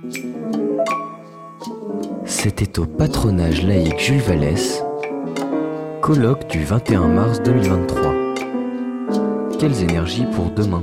C'était au patronage laïque Jules Vallès, colloque du 21 mars 2023. Quelles énergies pour demain?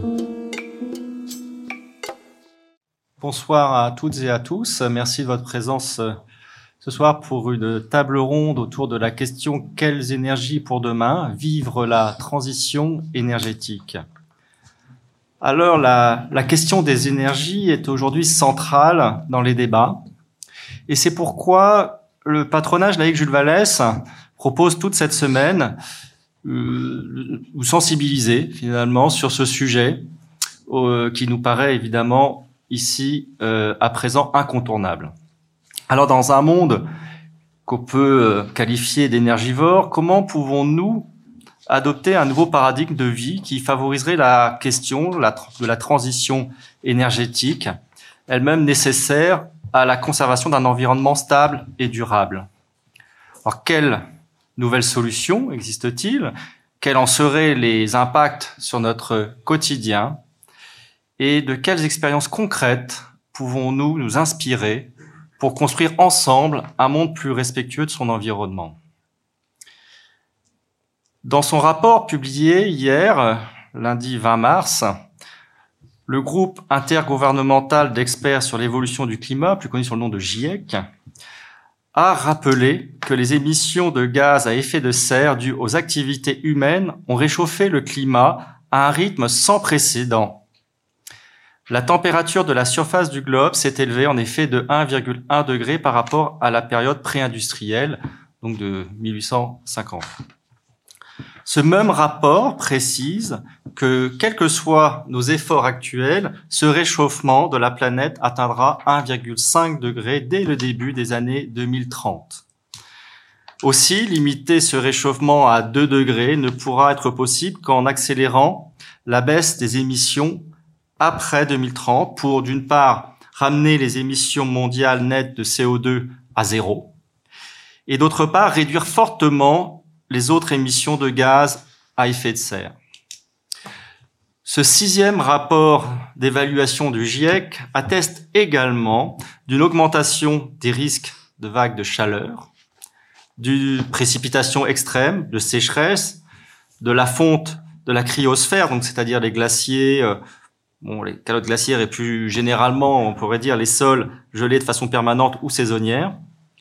Bonsoir à toutes et à tous. Merci de votre présence ce soir pour une table ronde autour de la question « Quelles énergies pour demain? Vivre la transition énergétique ». Alors, la question des énergies est aujourd'hui centrale dans les débats. Et c'est pourquoi le patronage laïque Jules Vallès propose toute cette semaine vous sensibiliser finalement sur ce sujet qui nous paraît évidemment ici à présent incontournable. Alors dans un monde qu'on peut qualifier d'énergivore, comment pouvons-nous adopter un nouveau paradigme de vie qui favoriserait la question de la transition énergétique, elle-même nécessaire à la conservation d'un environnement stable et durable? Alors quelles nouvelles solutions existent-ils? Quels en seraient les impacts sur notre quotidien? Et de quelles expériences concrètes pouvons-nous nous inspirer pour construire ensemble un monde plus respectueux de son environnement? Dans son rapport publié hier, lundi 20 mars, le groupe intergouvernemental d'experts sur l'évolution du climat, plus connu sous le nom de GIEC, a rappelé que les émissions de gaz à effet de serre dues aux activités humaines ont réchauffé le climat à un rythme sans précédent. La température de la surface du globe s'est élevée en effet de 1,1 degré par rapport à la période pré-industrielle, donc de 1850. Ce même rapport précise que, quels que soient nos efforts actuels, ce réchauffement de la planète atteindra 1,5 degré dès le début des années 2030. Aussi, limiter ce réchauffement à 2 degrés ne pourra être possible qu'en accélérant la baisse des émissions après 2030 pour, d'une part, ramener les émissions mondiales nettes de CO2 à zéro et, d'autre part, réduire fortement les autres émissions de gaz à effet de serre. Ce 6e rapport d'évaluation du GIEC atteste également d'une augmentation des risques de vagues de chaleur, de précipitations extrêmes, de sécheresse, de la fonte de la cryosphère, donc c'est-à-dire les glaciers, les calottes glaciaires et plus généralement, on pourrait dire les sols gelés de façon permanente ou saisonnière.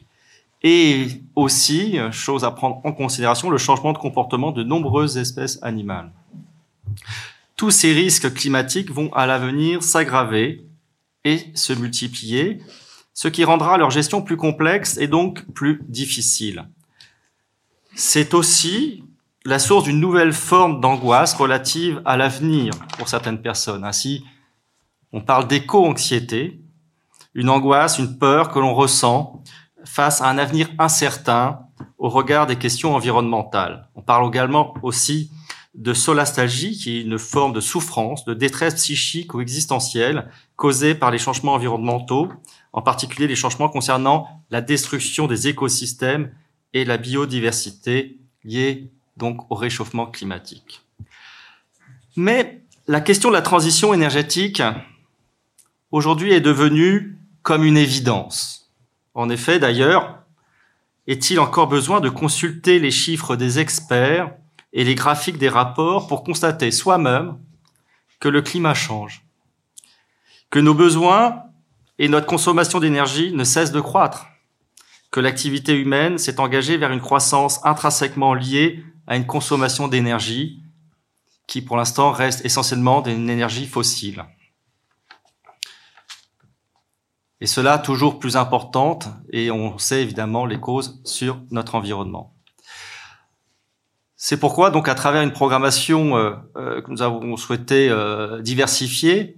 Et aussi, chose à prendre en considération, le changement de comportement de nombreuses espèces animales. Tous ces risques climatiques vont à l'avenir s'aggraver et se multiplier, ce qui rendra leur gestion plus complexe et donc plus difficile. C'est aussi la source d'une nouvelle forme d'angoisse relative à l'avenir pour certaines personnes. Ainsi, on parle d'éco-anxiété, une angoisse, une peur que l'on ressent face à un avenir incertain au regard des questions environnementales. On parle également aussi de solastalgie, qui est une forme de souffrance, de détresse psychique ou existentielle causée par les changements environnementaux, en particulier les changements concernant la destruction des écosystèmes et la biodiversité liée donc au réchauffement climatique. Mais la question de la transition énergétique aujourd'hui est devenue comme une évidence. En effet, d'ailleurs, est-il encore besoin de consulter les chiffres des experts et les graphiques des rapports pour constater soi-même que le climat change, que nos besoins et notre consommation d'énergie ne cessent de croître, que l'activité humaine s'est engagée vers une croissance intrinsèquement liée à une consommation d'énergie qui, pour l'instant, reste essentiellement d'une énergie fossile. Et cela toujours plus importante, et on sait évidemment les causes sur notre environnement. C'est pourquoi, donc, à travers une programmation que nous avons souhaité diversifier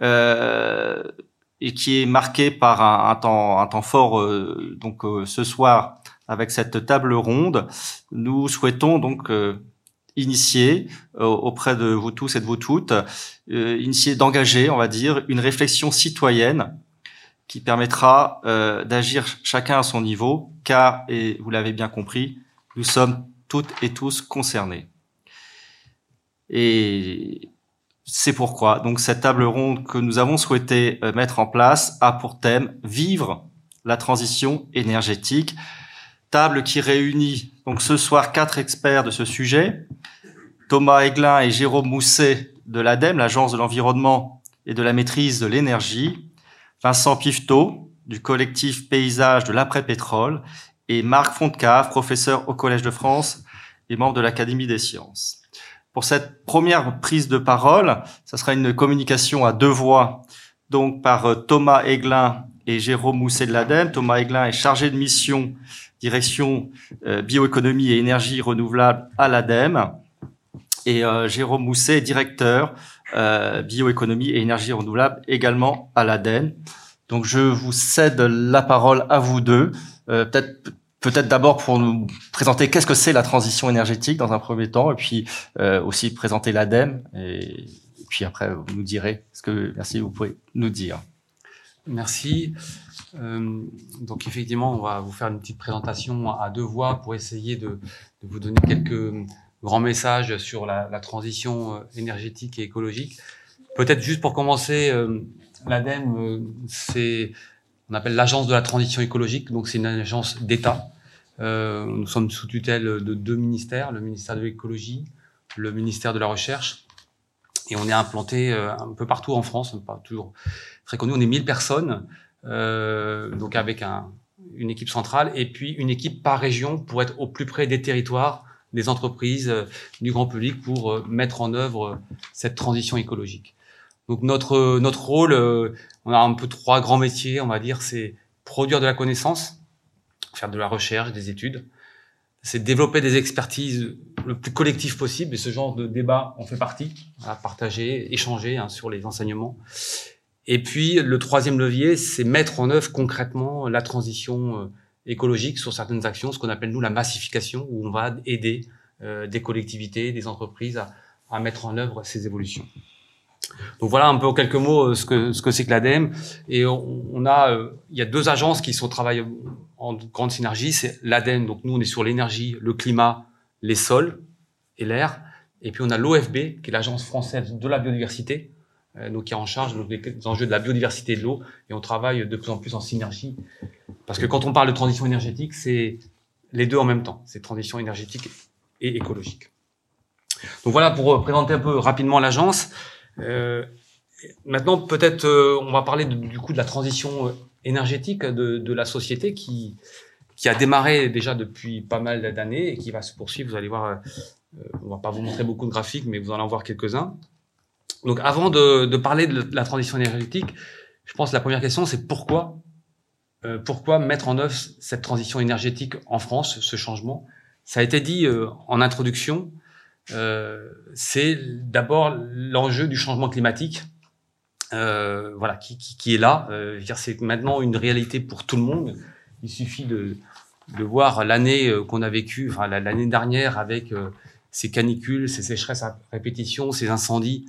et qui est marquée par un temps fort, ce soir avec cette table ronde, nous souhaitons donc initier auprès de vous tous et de vous toutes, d'engager, on va dire, une réflexion citoyenne qui permettra d'agir chacun à son niveau, car, et vous l'avez bien compris, nous sommes toutes et tous concernés. Et C'est pourquoi donc cette table ronde que nous avons souhaité mettre en place a pour thème vivre la transition énergétique. Table qui réunit donc ce soir 4 experts de ce sujet: Thomas Aiglin et Jérôme Mousset de l'ADEME, l'Agence de l'environnement et de la maîtrise de l'énergie, Vincent Piveteau du collectif Paysage de l'après-pétrole et Marc Fontcave, professeur au Collège de France et membre de l'Académie des sciences. Pour cette première prise de parole, ça sera une communication à 2 voix, donc par Thomas Aiglin et Jérôme Mousset de l'ADEME. Thomas Aiglin est chargé de mission direction bioéconomie et énergie renouvelable à l'ADEME, et Jérôme Mousset est directeur bioéconomie et énergie renouvelable également à l'ADEME. Donc je vous cède la parole à vous deux, peut-être d'abord pour nous présenter qu'est-ce que c'est la transition énergétique dans un premier temps, et puis aussi présenter l'ADEME, et puis après vous nous direz ce que vous pouvez nous dire. Merci. Donc effectivement, on va vous faire une petite présentation à 2 voix pour essayer de vous donner quelques grands messages sur la transition énergétique et écologique. Peut-être juste pour commencer, l'ADEME, on appelle l'Agence de la transition écologique, donc c'est une agence d'État. Nous sommes sous tutelle de 2 ministères, le ministère de l'écologie, le ministère de la recherche, et on est implanté un peu partout en France, pas toujours très connu. On est 1000 personnes, donc avec une équipe centrale et puis une équipe par région pour être au plus près des territoires, des entreprises, du grand public, pour mettre en œuvre cette transition écologique. Donc notre rôle, on a un peu 3 grands métiers, on va dire, c'est produire de la connaissance, faire de la recherche, des études, c'est développer des expertises le plus collectif possible, et ce genre de débat en fait partie, à partager, échanger sur les enseignements. Et puis le 3e levier, c'est mettre en œuvre concrètement la transition écologique sur certaines actions, ce qu'on appelle nous la massification, où on va aider des collectivités, des entreprises à mettre en œuvre ces évolutions. Donc voilà un peu en quelques mots ce que c'est que l'ADEME. Et il y a 2 agences qui travaillent en grande synergie. C'est l'ADEME, donc nous on est sur l'énergie, le climat, les sols et l'air. Et puis on a l'OFB, qui est l'agence française de la biodiversité, donc qui est en charge des enjeux de la biodiversité et de l'eau. Et on travaille de plus en plus en synergie. Parce que quand on parle de transition énergétique, c'est les 2 en même temps. C'est transition énergétique et écologique. Donc voilà pour présenter un peu rapidement l'agence. Maintenant, peut-être, on va parler du coup de la transition énergétique de la société qui a démarré déjà depuis pas mal d'années et qui va se poursuivre. Vous allez voir, on va pas vous montrer beaucoup de graphiques, mais vous allez en voir quelques-uns. Donc, avant de parler de la transition énergétique, je pense que la première question, c'est pourquoi mettre en œuvre cette transition énergétique en France, ce changement. Ça a été dit en introduction. C'est d'abord l'enjeu du changement climatique, voilà, qui est là. C'est maintenant une réalité pour tout le monde. Il suffit de voir l'année qu'on a vécue, enfin l'année dernière, avec ces canicules, ces sécheresses à répétition, ces incendies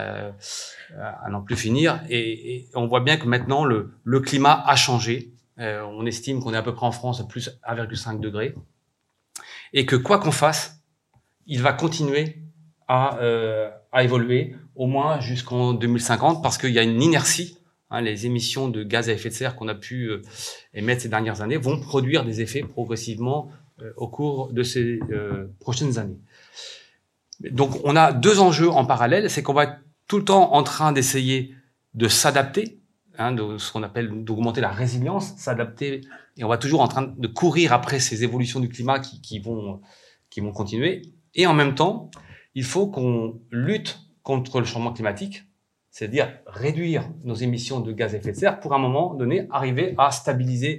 à n'en plus finir. Et on voit bien que maintenant le climat a changé. On estime qu'on est à peu près en France à plus 1,5 degré, et que quoi qu'on fasse, il va continuer à évoluer au moins jusqu'en 2050, parce qu'il y a une inertie. Les émissions de gaz à effet de serre qu'on a pu émettre ces dernières années vont produire des effets progressivement au cours de ces prochaines années. Donc on a 2 enjeux en parallèle, c'est qu'on va être tout le temps en train d'essayer de s'adapter, de ce qu'on appelle d'augmenter la résilience, s'adapter, et on va toujours en train de courir après ces évolutions du climat qui vont continuer. Et en même temps, il faut qu'on lutte contre le changement climatique, c'est-à-dire réduire nos émissions de gaz à effet de serre pour à un moment donné arriver à stabiliser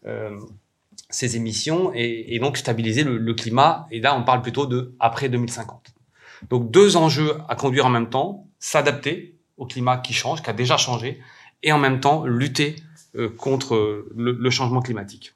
ces émissions et donc stabiliser le climat. Et là, on parle plutôt de après 2050. Donc 2 enjeux à conduire en même temps: s'adapter au climat qui change, qui a déjà changé, et en même temps lutter contre le changement climatique.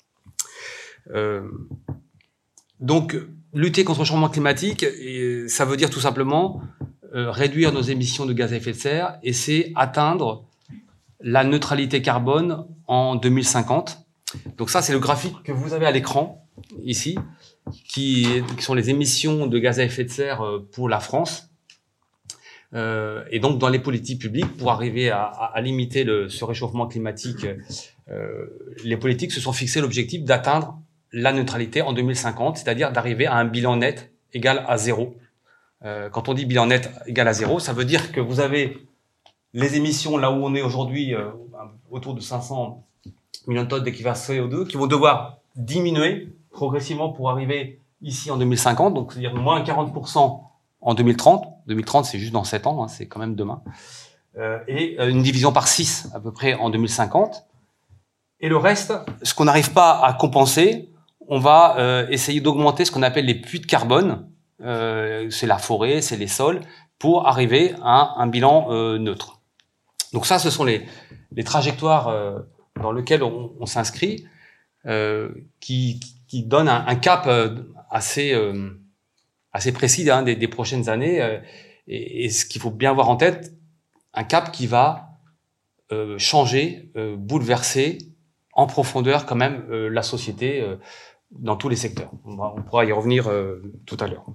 Donc, lutter contre le changement climatique, ça veut dire tout simplement réduire nos émissions de gaz à effet de serre, et c'est atteindre la neutralité carbone en 2050. Donc ça, c'est le graphique que vous avez à l'écran, ici, qui sont les émissions de gaz à effet de serre pour la France. Et donc, dans les politiques publiques, pour arriver à limiter ce réchauffement climatique, les politiques se sont fixé l'objectif d'atteindre la neutralité en 2050, c'est-à-dire d'arriver à un bilan net égal à 0. Quand on dit bilan net égal à 0, ça veut dire que vous avez les émissions là où on est aujourd'hui, autour de 500 millions de tonnes d'équivalent CO2, qui vont devoir diminuer progressivement pour arriver ici en 2050, donc c'est-à-dire moins 40% en 2030. 2030, c'est juste dans 7 ans, hein, c'est quand même demain. Et une division par 6 à peu près en 2050. Et le reste, ce qu'on n'arrive pas à compenser, on va essayer d'augmenter ce qu'on appelle les puits de carbone. C'est la forêt, c'est les sols, pour arriver à un bilan neutre. Donc ça, ce sont les trajectoires dans lesquelles on s'inscrit, qui donnent un cap assez précis hein, des prochaines années. Et ce qu'il faut bien avoir en tête, un cap qui va changer, bouleverser en profondeur quand même la société dans tous les secteurs. On pourra y revenir tout à l'heure.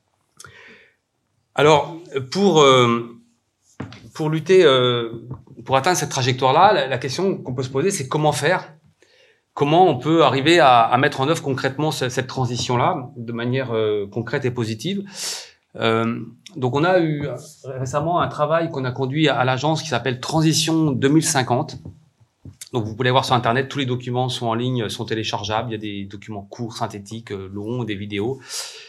Alors, pour lutter, pour atteindre cette trajectoire-là, la question qu'on peut se poser, c'est comment faire ? Comment on peut arriver à mettre en œuvre concrètement cette transition-là de manière concrète et positive ? Donc, on a eu récemment un travail qu'on a conduit à l'agence qui s'appelle Transition 2050. Donc, vous pouvez voir sur Internet, tous les documents sont en ligne, sont téléchargeables. Il y a des documents courts, synthétiques, longs, des vidéos.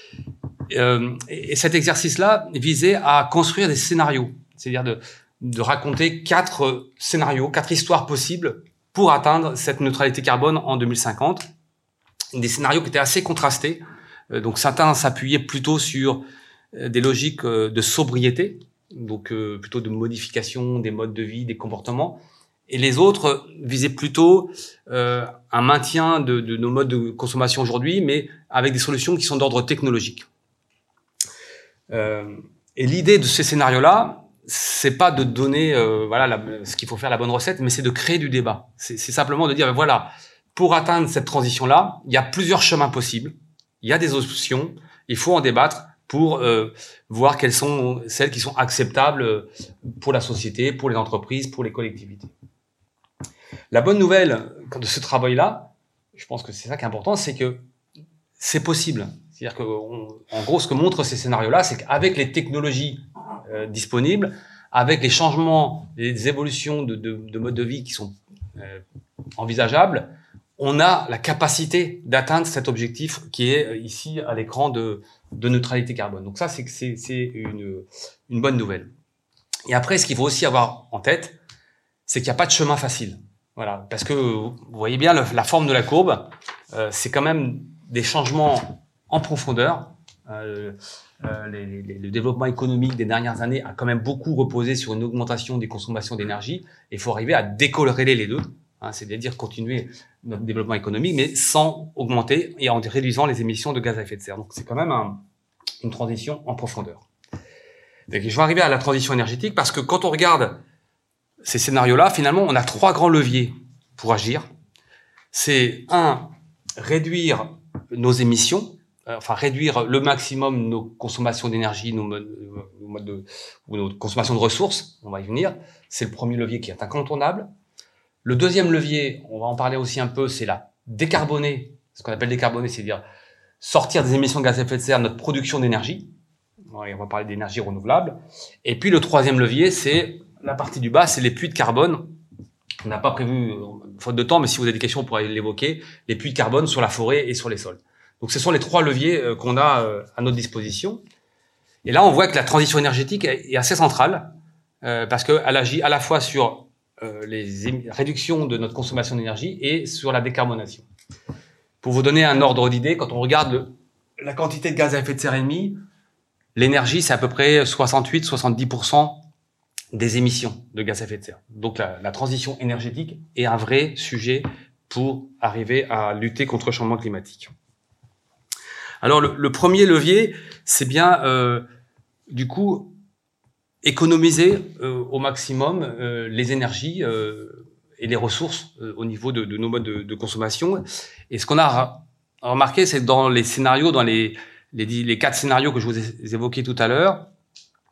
Et cet exercice-là visait à construire des scénarios, c'est-à-dire de raconter 4 scénarios, 4 histoires possibles pour atteindre cette neutralité carbone en 2050. Des scénarios qui étaient assez contrastés. Donc, certains s'appuyaient plutôt sur des logiques de sobriété, donc plutôt de modification des modes de vie, des comportements. Et les autres visaient plutôt un maintien de nos modes de consommation aujourd'hui, mais avec des solutions qui sont d'ordre technologique. Et l'idée de ces scénarios-là, c'est pas de donner ce qu'il faut faire, la bonne recette, mais c'est de créer du débat. C'est simplement de dire, voilà, pour atteindre cette transition-là, il y a plusieurs chemins possibles, il y a des options, il faut en débattre pour voir quelles sont celles qui sont acceptables pour la société, pour les entreprises, pour les collectivités. La bonne nouvelle de ce travail-là, je pense que c'est ça qui est important, c'est que c'est possible. C'est-à-dire qu'en gros, ce que montrent ces scénarios-là, c'est qu'avec les technologies disponibles, avec les changements, les évolutions de modes de vie qui sont envisageables, on a la capacité d'atteindre cet objectif qui est ici à l'écran de neutralité carbone. Donc ça, c'est une bonne nouvelle. Et après, ce qu'il faut aussi avoir en tête, c'est qu'il n'y a pas de chemin facile. Voilà, parce que vous voyez bien la forme de la courbe, c'est quand même des changements en profondeur. Le développement économique des dernières années a quand même beaucoup reposé sur une augmentation des consommations d'énergie. Il faut arriver à décorréler les deux, hein, c'est-à-dire continuer notre développement économique, mais sans augmenter et en réduisant les émissions de gaz à effet de serre. Donc c'est quand même une transition en profondeur. Donc, je vais arriver à la transition énergétique parce que quand on regarde ces scénarios-là, finalement, on a 3 grands leviers pour agir. C'est réduire nos émissions, réduire le maximum nos consommations d'énergie, nos consommations de ressources, on va y venir. C'est le premier levier qui est incontournable. Le deuxième levier, on va en parler aussi un peu, c'est la décarboner. Ce qu'on appelle décarboner, c'est-à-dire sortir des émissions de gaz à effet de serre, notre production d'énergie. On va parler d'énergie renouvelable. Et puis le troisième levier, c'est la partie du bas, c'est les puits de carbone. On n'a pas prévu, faute de temps, mais si vous avez des questions, on pourra l'évoquer, les puits de carbone sur la forêt et sur les sols. Donc ce sont les 3 leviers qu'on a à notre disposition. Et là, on voit que la transition énergétique est assez centrale, parce qu'elle agit à la fois sur les réductions de notre consommation d'énergie et sur la décarbonation. Pour vous donner un ordre d'idée, quand on regarde la quantité de gaz à effet de serre émis, l'énergie, c'est à peu près 68-70% des émissions de gaz à effet de serre. Donc la transition énergétique est un vrai sujet pour arriver à lutter contre le changement climatique. Alors le premier levier, c'est bien du coup économiser au maximum les énergies et les ressources au niveau de nos modes de consommation. Et ce qu'on a remarqué, c'est que dans les scénarios, dans les 4 scénarios que je vous ai évoqués tout à l'heure,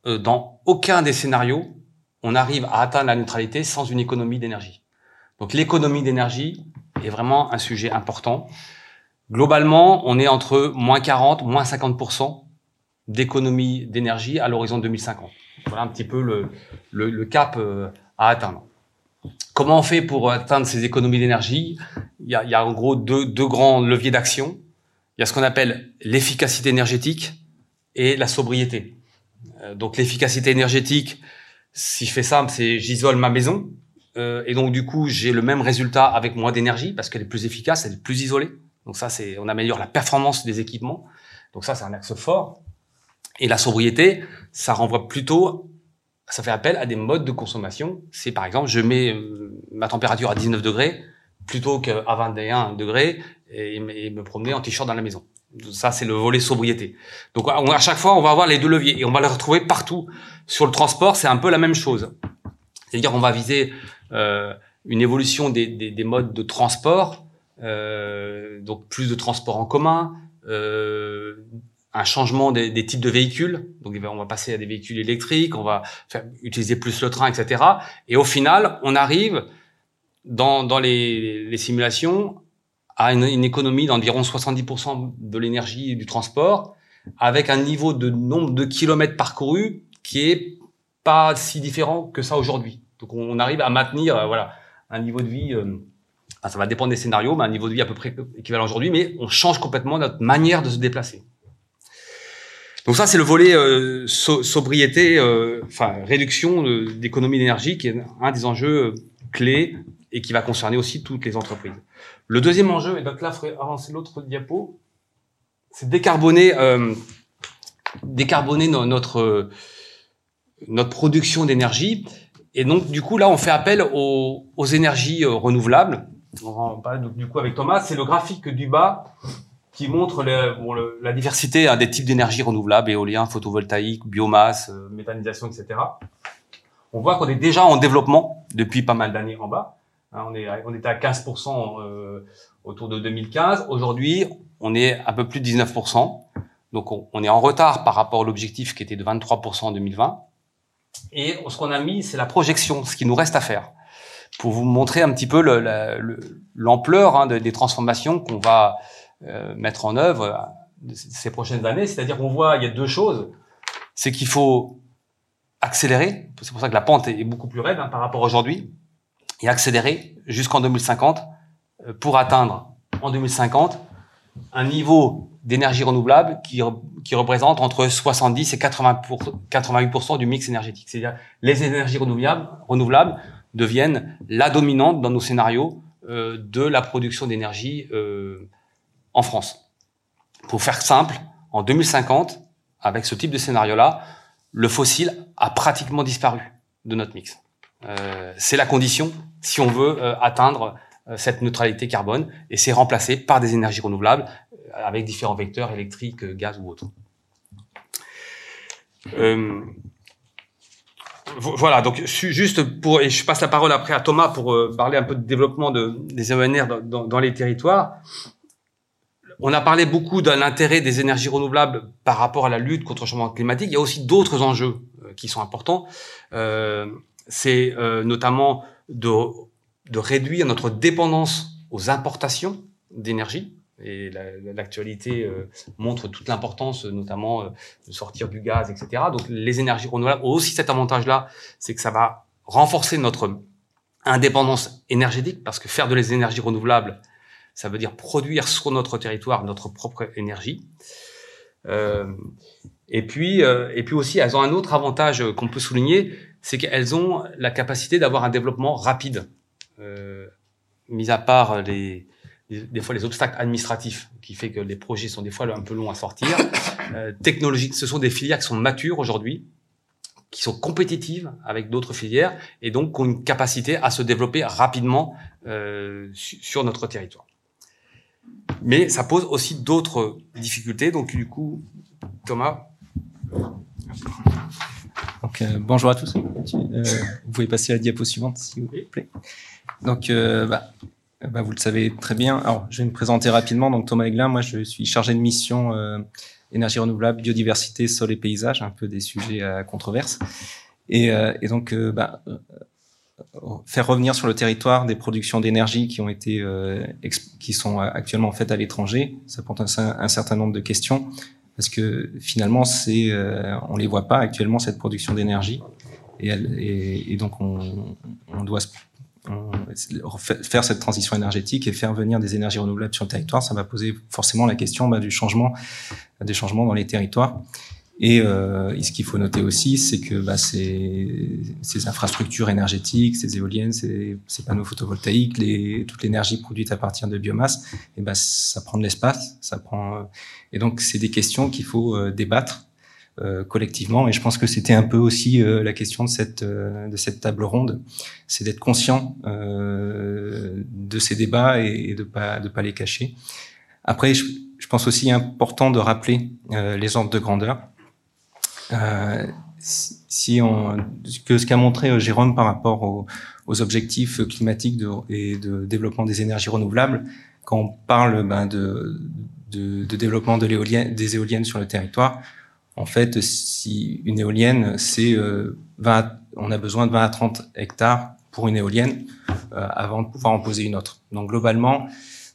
dans aucun des scénarios, on arrive à atteindre la neutralité sans une économie d'énergie. Donc l'économie d'énergie est vraiment un sujet important. Globalement, on est entre moins 40, moins 50% d'économie d'énergie à l'horizon 2050. Voilà un petit peu le cap à atteindre. Comment on fait pour atteindre ces économies d'énergie? Il y a en gros deux grands leviers d'action. Il y a ce qu'on appelle l'efficacité énergétique et la sobriété. Donc l'efficacité énergétique, si je fais simple, c'est j'isole ma maison et donc du coup j'ai le même résultat avec moins d'énergie parce qu'elle est plus efficace, elle est plus isolée. Donc ça on améliore la performance des équipements. Donc ça c'est un axe fort. Et la sobriété, ça renvoie plutôt, ça fait appel à des modes de consommation. C'est par exemple, je mets ma température à 19 degrés plutôt qu'à 21 degrés et me promener en t-shirt dans la maison. Ça, c'est le volet sobriété. Donc, à chaque fois, on va avoir les deux leviers et on va les retrouver partout. Sur le transport, c'est un peu la même chose. C'est-à-dire, on va viser une évolution des modes de transport, donc plus de transport en commun, un changement des types de véhicules. Donc, on va passer à des véhicules électriques, on va utiliser plus le train, etc. Et au final, on arrive dans les simulations à une économie d'environ 70% de l'énergie et du transport, avec un niveau de nombre de kilomètres parcourus qui est pas si différent que ça aujourd'hui. Donc, on arrive à maintenir, un niveau de vie. Ça va dépendre des scénarios, mais un niveau de vie à peu près équivalent aujourd'hui. Mais on change complètement notre manière de se déplacer. Donc ça, c'est le volet sobriété, réduction d'économie d'énergie, qui est un des enjeux clés et qui va concerner aussi toutes les entreprises. Le deuxième enjeu, et donc là, il faudrait avancer l'autre diapo, c'est décarboner notre production d'énergie. Et donc, du coup, là, on fait appel aux énergies renouvelables. On va en parler du coup avec Thomas. C'est le graphique du bas qui montre la diversité des types d'énergie renouvelables, éolien, photovoltaïque, biomasse, méthanisation, etc. On voit qu'on est déjà en développement depuis pas mal d'années en bas. On était à 15% autour de 2015. Aujourd'hui, on est à peu plus de 19%. Donc, on est en retard par rapport à l'objectif qui était de 23% en 2020. Et ce qu'on a mis, c'est la projection, ce qui nous reste à faire, pour vous montrer un petit peu l'ampleur des transformations qu'on va mettre en œuvre ces prochaines années. C'est-à-dire qu'on voit, il y a deux choses. C'est qu'il faut accélérer. C'est pour ça que la pente est beaucoup plus raide par rapport à aujourd'hui. Et accélérer jusqu'en 2050 pour atteindre en 2050 un niveau d'énergie renouvelable qui représente entre 70 et 88% du mix énergétique. C'est-à-dire les énergies renouvelables deviennent la dominante dans nos scénarios de la production d'énergie en France. Pour faire simple, en 2050, avec ce type de scénario-là, le fossile a pratiquement disparu de notre mix. C'est la condition si on veut atteindre cette neutralité carbone, et c'est remplacé par des énergies renouvelables avec différents vecteurs électriques, gaz ou autres. Voilà, donc juste et je passe la parole après à Thomas pour parler un peu de développement des ENR dans les territoires. On a parlé beaucoup de l'intérêt des énergies renouvelables par rapport à la lutte contre le changement climatique. Il y a aussi d'autres enjeux qui sont importants. C'est notamment de réduire notre dépendance aux importations d'énergie. Et l'actualité montre toute l'importance, notamment de sortir du gaz, etc. Donc les énergies renouvelables ont aussi cet avantage-là, c'est que ça va renforcer notre indépendance énergétique, parce que faire de les énergies renouvelables, ça veut dire produire sur notre territoire notre propre énergie. Et puis aussi, elles ont un autre avantage qu'on peut souligner, c'est qu'elles ont la capacité d'avoir un développement rapide, mis à part des fois les obstacles administratifs qui fait que les projets sont des fois un peu longs à sortir. Technologiques, ce sont des filières qui sont matures aujourd'hui, qui sont compétitives avec d'autres filières et donc qui ont une capacité à se développer rapidement sur notre territoire. Mais ça pose aussi d'autres difficultés. Donc du coup, Thomas. Donc bonjour à tous. Vous pouvez passer à la diapo suivante s'il vous plaît. Donc vous le savez très bien. Alors je vais me présenter rapidement. Donc Thomas Aiglin, moi je suis chargé de mission énergie renouvelable, biodiversité, sol et paysage, un peu des sujets à controverse. Et donc, faire revenir sur le territoire des productions d'énergie qui ont été, qui sont actuellement faites à l'étranger, ça porte un certain nombre de questions, parce que finalement, on les voit pas actuellement, cette production d'énergie, et donc on doit faire cette transition énergétique et faire venir des énergies renouvelables sur le territoire. Ça va poser forcément la question des changements dans les territoires. Et ce qu'il faut noter aussi, c'est que ces infrastructures énergétiques, ces éoliennes, ces panneaux photovoltaïques, toute l'énergie produite à partir de biomasse, et ça prend de l'espace, et donc c'est des questions qu'il faut débattre collectivement. Et je pense que c'était un peu aussi la question de cette table ronde, c'est d'être conscient de ces débats et de pas les cacher. Après, je pense aussi important de rappeler les ordres de grandeur. Ce qu'a montré Jérôme par rapport aux objectifs climatiques et de développement des énergies renouvelables, quand on parle de développement des éoliennes sur le territoire, en fait, si une éolienne, on a besoin de 20 à 30 hectares pour une éolienne avant de pouvoir en poser une autre. Donc globalement,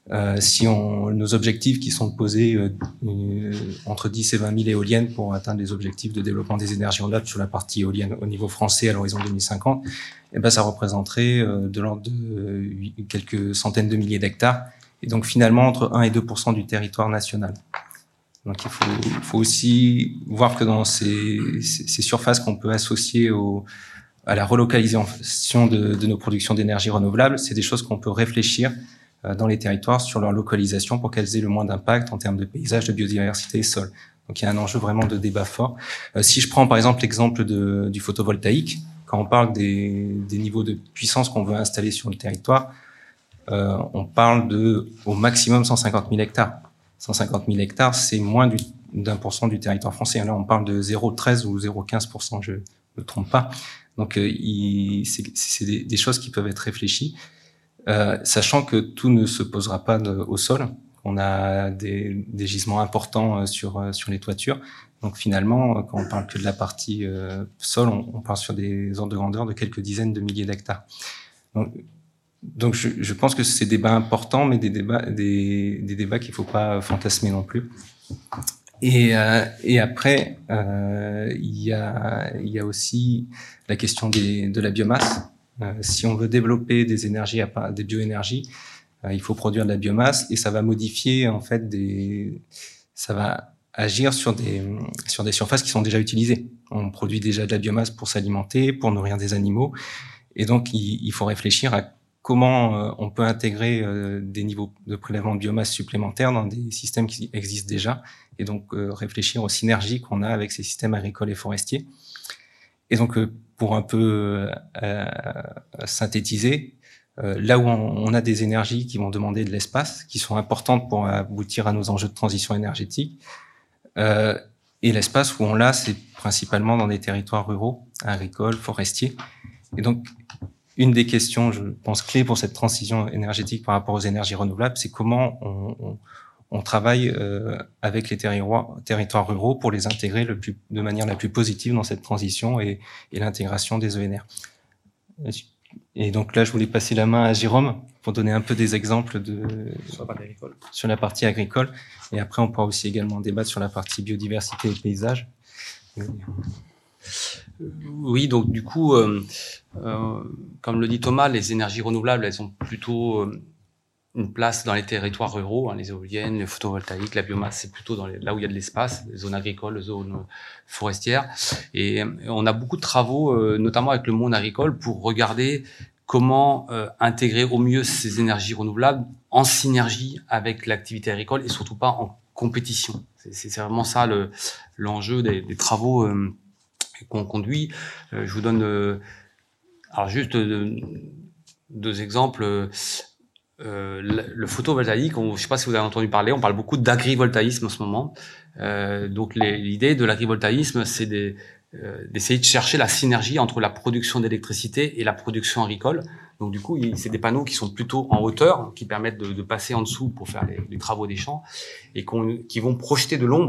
nos objectifs qui sont de poser entre 10 et 20 000 éoliennes pour atteindre les objectifs de développement des énergies renouvelables sur la partie éolienne au niveau français à l'horizon 2050, ça représenterait de l'ordre de quelques centaines de milliers d'hectares, et donc finalement entre 1 et 2% du territoire national. Donc il faut aussi voir que dans ces surfaces qu'on peut associer à la relocalisation de nos productions d'énergie renouvelable, c'est des choses qu'on peut réfléchir dans les territoires sur leur localisation pour qu'elles aient le moins d'impact en termes de paysage, de biodiversité et sol. Donc il y a un enjeu vraiment de débat fort. Si je prends par exemple l'exemple du photovoltaïque, quand on parle des niveaux de puissance qu'on veut installer sur le territoire, on parle au maximum 150 000 hectares. 150 000 hectares, c'est moins d'1% du territoire français. Là, on parle de 0,13 ou 0,15%, je ne me trompe pas. Donc, c'est des choses qui peuvent être réfléchies, sachant que tout ne se posera pas au sol. On a des gisements importants sur les toitures. Donc, finalement, quand on parle que de la partie sol, on parle sur des ordres de grandeur de quelques dizaines de milliers d'hectares. Donc je pense que c'est des débats importants, mais des débats qu'il faut pas fantasmer non plus. Et après, il y a aussi la question de la biomasse. Si on veut développer des énergies, des bioénergies, il faut produire de la biomasse, et ça va modifier en fait ça va agir sur des surfaces qui sont déjà utilisées. On produit déjà de la biomasse pour s'alimenter, pour nourrir des animaux, et donc il faut réfléchir à comment on peut intégrer des niveaux de prélèvement de biomasse supplémentaires dans des systèmes qui existent déjà, et donc réfléchir aux synergies qu'on a avec ces systèmes agricoles et forestiers. Et donc, pour un peu synthétiser, là où on a des énergies qui vont demander de l'espace, qui sont importantes pour aboutir à nos enjeux de transition énergétique, et l'espace où on l'a, c'est principalement dans des territoires ruraux, agricoles, forestiers. Et donc, une des questions, je pense, clés pour cette transition énergétique par rapport aux énergies renouvelables, c'est comment on travaille avec les territoires ruraux pour les intégrer de manière la plus positive dans cette transition et l'intégration des ENR. Et donc là, je voulais passer la main à Jérôme pour donner un peu des exemples sur la partie agricole. Et après, on pourra aussi également débattre sur la partie biodiversité et paysage. Oui, donc du coup, comme le dit Thomas, les énergies renouvelables, elles ont plutôt une place dans les territoires ruraux, les éoliennes, le photovoltaïque, la biomasse, c'est plutôt là où il y a de l'espace, les zones agricoles, les zones forestières. Et on a beaucoup de travaux, notamment avec le monde agricole, pour regarder comment intégrer au mieux ces énergies renouvelables en synergie avec l'activité agricole et surtout pas en compétition. C'est vraiment ça l'enjeu des travaux qu'on conduit. Je vous donne alors juste deux exemples. Le photovoltaïque, je ne sais pas si vous avez entendu parler, on parle beaucoup d'agrivoltaïsme en ce moment. Donc l'idée de l'agrivoltaïsme, c'est d'essayer de chercher la synergie entre la production d'électricité et la production agricole. Donc du coup, c'est des panneaux qui sont plutôt en hauteur, qui permettent de passer en dessous pour faire les travaux des champs, et qui vont projeter de l'ombre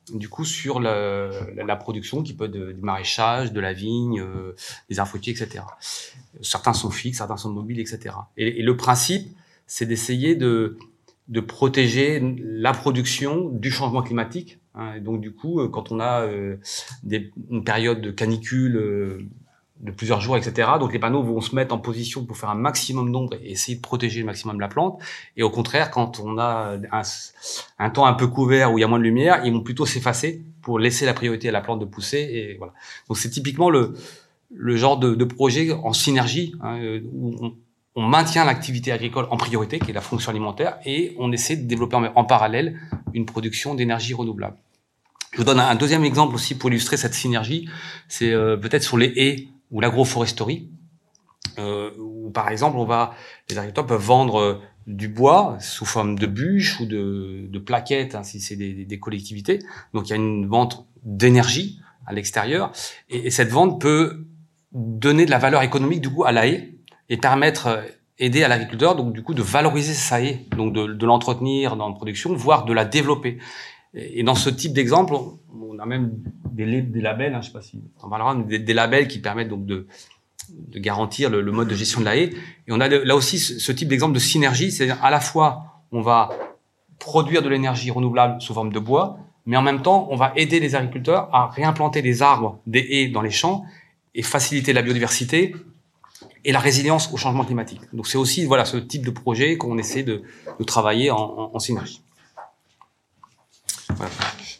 du coup sur la production qui peut être du maraîchage, de la vigne, des arbres fruitiers, etc. Certains sont fixes, certains sont mobiles, etc. Et le principe, c'est d'essayer de protéger la production du changement climatique. Et donc du coup, quand on a une période de canicule de plusieurs jours, etc., donc les panneaux vont se mettre en position pour faire un maximum d'ombre et essayer de protéger le maximum la plante. Et au contraire, quand on a un temps un peu couvert où il y a moins de lumière, ils vont plutôt s'effacer pour laisser la priorité à la plante de pousser. Et voilà. Donc c'est typiquement le genre de projet en synergie, où on maintient l'activité agricole en priorité, qui est la fonction alimentaire, et on essaie de développer en parallèle une production d'énergie renouvelable. Je vous donne un deuxième exemple aussi pour illustrer cette synergie, c'est peut-être sur les haies ou l'agroforesterie, où par exemple les agriculteurs peuvent vendre du bois sous forme de bûches ou de plaquettes, si c'est des collectivités. Donc il y a une vente d'énergie à l'extérieur, et cette vente peut donner de la valeur économique du coup à la haie et aider à l'agriculteur donc du coup de valoriser sa haie, donc de l'entretenir dans la production, voire de la développer. Et dans ce type d'exemple, on a même des labels, je sais pas si on parlera, des labels qui permettent donc de garantir le mode de gestion de la haie. Et on a là aussi ce type d'exemple de synergie, c'est-à-dire à la fois on va produire de l'énergie renouvelable sous forme de bois, mais en même temps on va aider les agriculteurs à réimplanter des arbres, des haies dans les champs et faciliter la biodiversité et la résilience au changement climatique. Donc c'est aussi ce type de projet qu'on essaie de travailler en synergie. Voilà.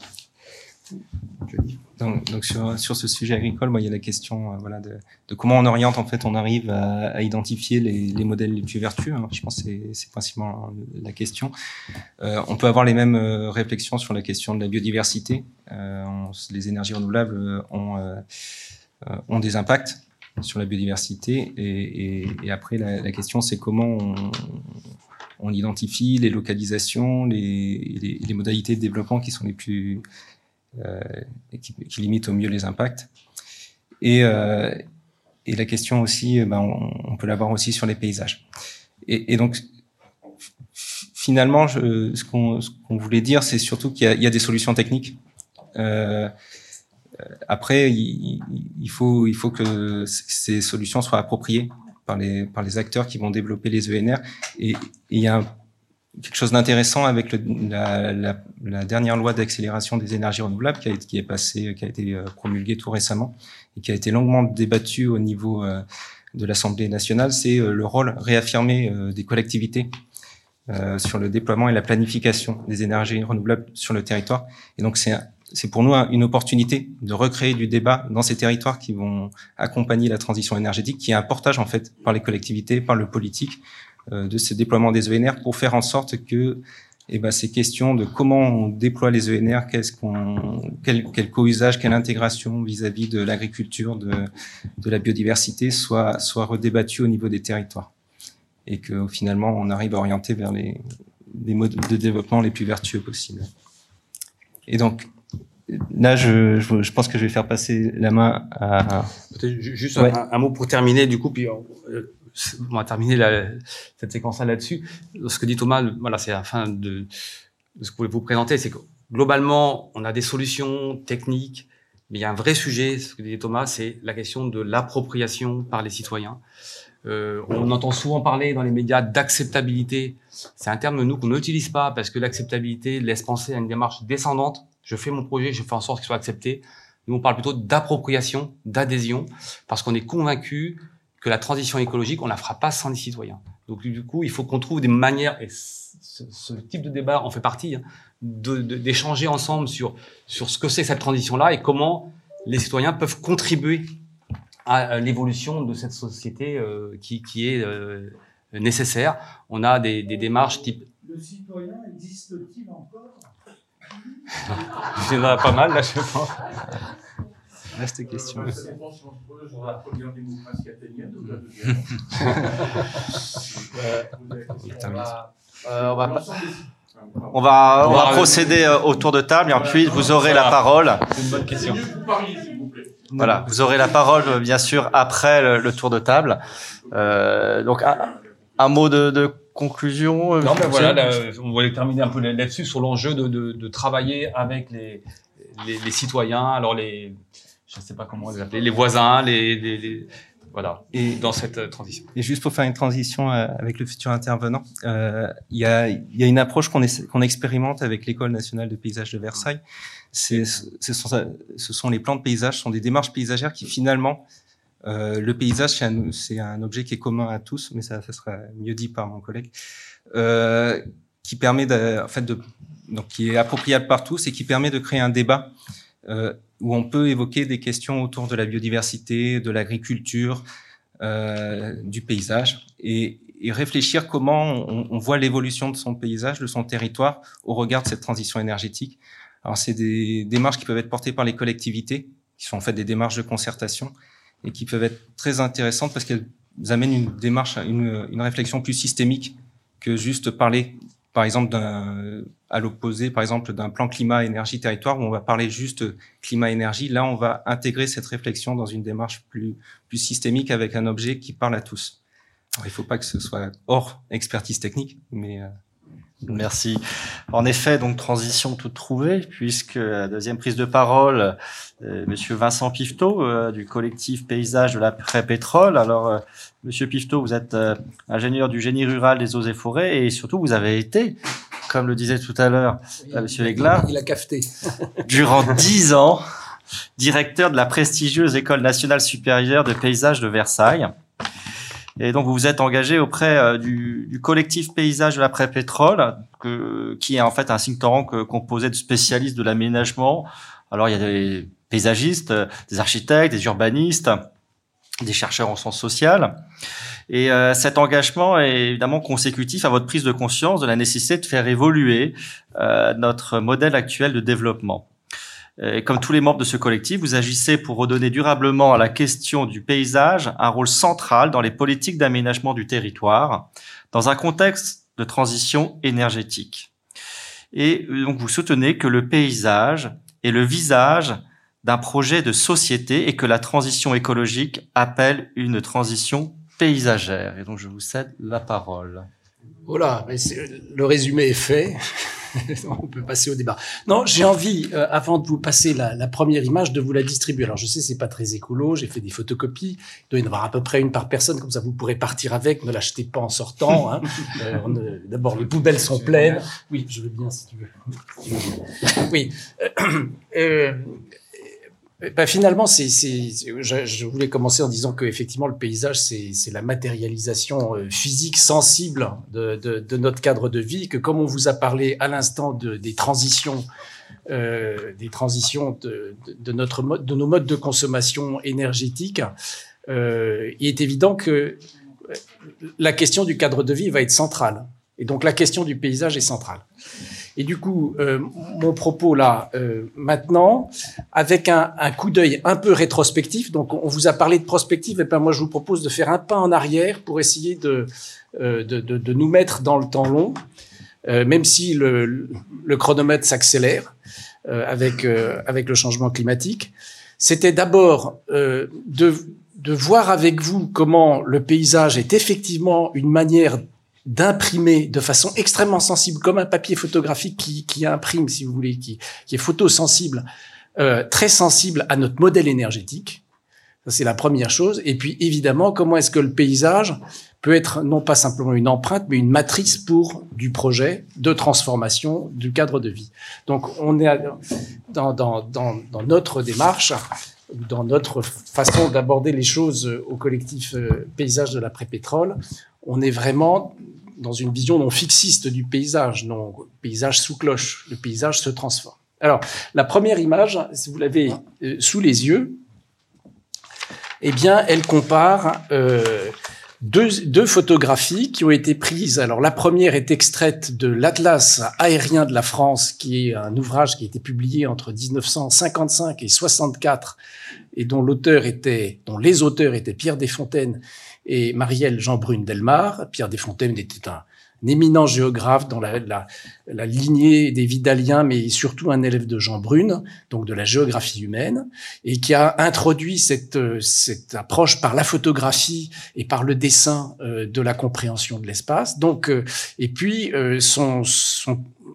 Donc sur ce sujet agricole, il y a la question de comment on oriente, en fait, on arrive à identifier les modèles les plus vertueux. Je pense que c'est principalement la question. On peut avoir les mêmes réflexions sur la question de la biodiversité. Les énergies renouvelables ont des impacts sur la biodiversité, et après la question c'est comment on identifie les localisations, les modalités de développement qui sont les plus qui limitent au mieux les impacts. Et la question aussi, on peut l'avoir aussi sur les paysages. Et donc finalement, ce qu'on voulait dire, c'est surtout qu'il y a des solutions techniques. Après, il faut que ces solutions soient appropriées par les acteurs qui vont développer les ENR. Et il y a quelque chose d'intéressant avec la dernière loi d'accélération des énergies renouvelables qui a été promulguée tout récemment et qui a été longuement débattue au niveau de l'Assemblée nationale. C'est le rôle réaffirmé des collectivités sur le déploiement et la planification des énergies renouvelables sur le territoire. Et donc c'est pour nous une opportunité de recréer du débat dans ces territoires qui vont accompagner la transition énergétique, qui est un portage en fait par les collectivités, par le politique, de ce déploiement des ENR, pour faire en sorte que ces questions de comment on déploie les ENR, quel co-usage, quelle intégration vis-à-vis de l'agriculture, de la biodiversité soit redébattues au niveau des territoires, et que finalement on arrive à orienter vers les modes de développement les plus vertueux possibles. Et donc là, je pense que je vais faire passer la main à... Peut-être juste un mot pour terminer, du coup, puis on va terminer cette séquence-là là-dessus. Ce que dit Thomas, c'est la fin de ce que je voulais vous présenter, c'est que globalement, on a des solutions techniques, mais il y a un vrai sujet, ce que dit Thomas, c'est la question de l'appropriation par les citoyens. On entend souvent parler dans les médias d'acceptabilité. C'est un terme, nous, qu'on n'utilise pas parce que l'acceptabilité laisse penser à une démarche descendante. Je fais mon projet, je fais en sorte qu'il soit accepté. Nous, on parle plutôt d'appropriation, d'adhésion, parce qu'on est convaincu que la transition écologique, on la fera pas sans les citoyens. Donc, du coup, il faut qu'on trouve des manières, et ce type de débat en fait partie, d'échanger ensemble sur ce que c'est cette transition-là et comment les citoyens peuvent contribuer à l'évolution de cette société qui est nécessaire. On a des démarches type... Le citoyen existe-t-il encore? Il y en a pas mal, là, je pense. Reste question. Ça dépend si on se pose sur la première démocratie athénienne ou la deuxième. On va procéder au tour de table et ensuite vous aurez la parole. C'est une bonne question. C'est mieux que vous parliez, s'il vous plaît. Voilà, vous aurez la parole bien sûr après le tour de table. Donc un mot de conclusion. Non, mais voilà, on voulait terminer un peu là-dessus sur l'enjeu de travailler avec les citoyens, alors je ne sais pas comment les appeler, les voisins, voilà, Et dans cette transition. Et juste pour faire une transition avec le futur intervenant, il y a une approche qu'on expérimente avec l'École nationale de paysage de Versailles. Ce sont les plans de paysage, ce sont des démarches paysagères qui finalement, le paysage c'est un objet qui est commun à tous, mais ça sera mieux dit par mon collègue, qui permet donc qui est appropriable par tous et qui permet de créer un débat où on peut évoquer des questions autour de la biodiversité, de l'agriculture, du paysage, et réfléchir comment on voit l'évolution de son paysage, de son territoire, au regard de cette transition énergétique. Alors, c'est des démarches qui peuvent être portées par les collectivités, qui sont en fait des démarches de concertation, et qui peuvent être très intéressantes parce qu'elles amènent une démarche, une réflexion plus systémique que juste parler, par exemple, à l'opposé, par exemple, d'un plan climat-énergie-territoire où on va parler juste climat-énergie. Là, on va intégrer cette réflexion dans une démarche plus systémique avec un objet qui parle à tous. Alors, il ne faut pas que ce soit hors expertise technique, mais... Merci. En effet, donc transition toute trouvée, puisque la deuxième prise de parole, Monsieur Vincent Piveteau, du collectif Paysage de l'après-pétrole. Alors, Monsieur Piveteau, vous êtes ingénieur du génie rural des eaux et forêts, et surtout vous avez été, comme le disait tout à l'heure Monsieur Aiglard, il a cafeté durant 10 ans, directeur de la prestigieuse École nationale supérieure de paysage de Versailles. Et donc, vous vous êtes engagé auprès du collectif Paysage de l'après-pétrole, qui est en fait un think tank composé de spécialistes de l'aménagement. Alors, il y a des paysagistes, des architectes, des urbanistes, des chercheurs en sciences sociales. Et cet engagement est évidemment consécutif à votre prise de conscience de la nécessité de faire évoluer notre modèle actuel de développement. Et comme tous les membres de ce collectif, vous agissez pour redonner durablement à la question du paysage un rôle central dans les politiques d'aménagement du territoire, dans un contexte de transition énergétique. Et donc vous soutenez que le paysage est le visage d'un projet de société et que la transition écologique appelle une transition paysagère. Et donc je vous cède la parole. Voilà, mais le résumé est fait. On peut passer au débat. Non, j'ai envie, avant de vous passer la première image, de vous la distribuer. Alors, je sais, c'est pas très écolo. J'ai fait des photocopies. Il doit y en avoir à peu près une par personne. Comme ça, vous pourrez partir avec. Ne l'achetez pas en sortant. Hein. D'abord, les poubelles sont pleines. Oui, je veux bien, si tu veux. Oui. Finalement, je voulais commencer en disant que effectivement le paysage c'est la matérialisation physique sensible de notre cadre de vie, que comme on vous a parlé à l'instant des transitions de nos modes de consommation énergétique, il est évident que la question du cadre de vie va être centrale, et donc la question du paysage est centrale. Et du coup, mon propos là, maintenant, avec un coup d'œil un peu rétrospectif, donc on vous a parlé de prospective, et ben moi je vous propose de faire un pas en arrière pour essayer de nous mettre dans le temps long, même si le chronomètre s'accélère avec le changement climatique. C'était d'abord de voir avec vous comment le paysage est effectivement une manière d'imprimer de façon extrêmement sensible, comme un papier photographique qui imprime, si vous voulez, qui est photosensible, très sensible à notre modèle énergétique. Ça, c'est la première chose. Et puis, évidemment, comment est-ce que le paysage peut être non pas simplement une empreinte, mais une matrice pour du projet de transformation du cadre de vie. Donc, on est dans notre démarche, dans notre façon d'aborder les choses au collectif Paysage de l'après-pétrole, on est vraiment dans une vision non fixiste du paysage, non paysage sous cloche. Le paysage se transforme. Alors, la première image, si vous l'avez sous les yeux, eh bien, elle compare deux photographies qui ont été prises. Alors, la première est extraite de l'Atlas aérien de la France, qui est un ouvrage qui a été publié entre 1955 et 64, et dont les auteurs étaient Pierre Desfontaines et Marielle Jeanbrune-Delmar. Pierre Desfontaines était un éminent géographe dans la lignée des Vidaliens, mais surtout un élève de Jean Brune, donc de la géographie humaine, et qui a introduit cette approche par la photographie et par le dessin de la compréhension de l'espace. Donc, et puis son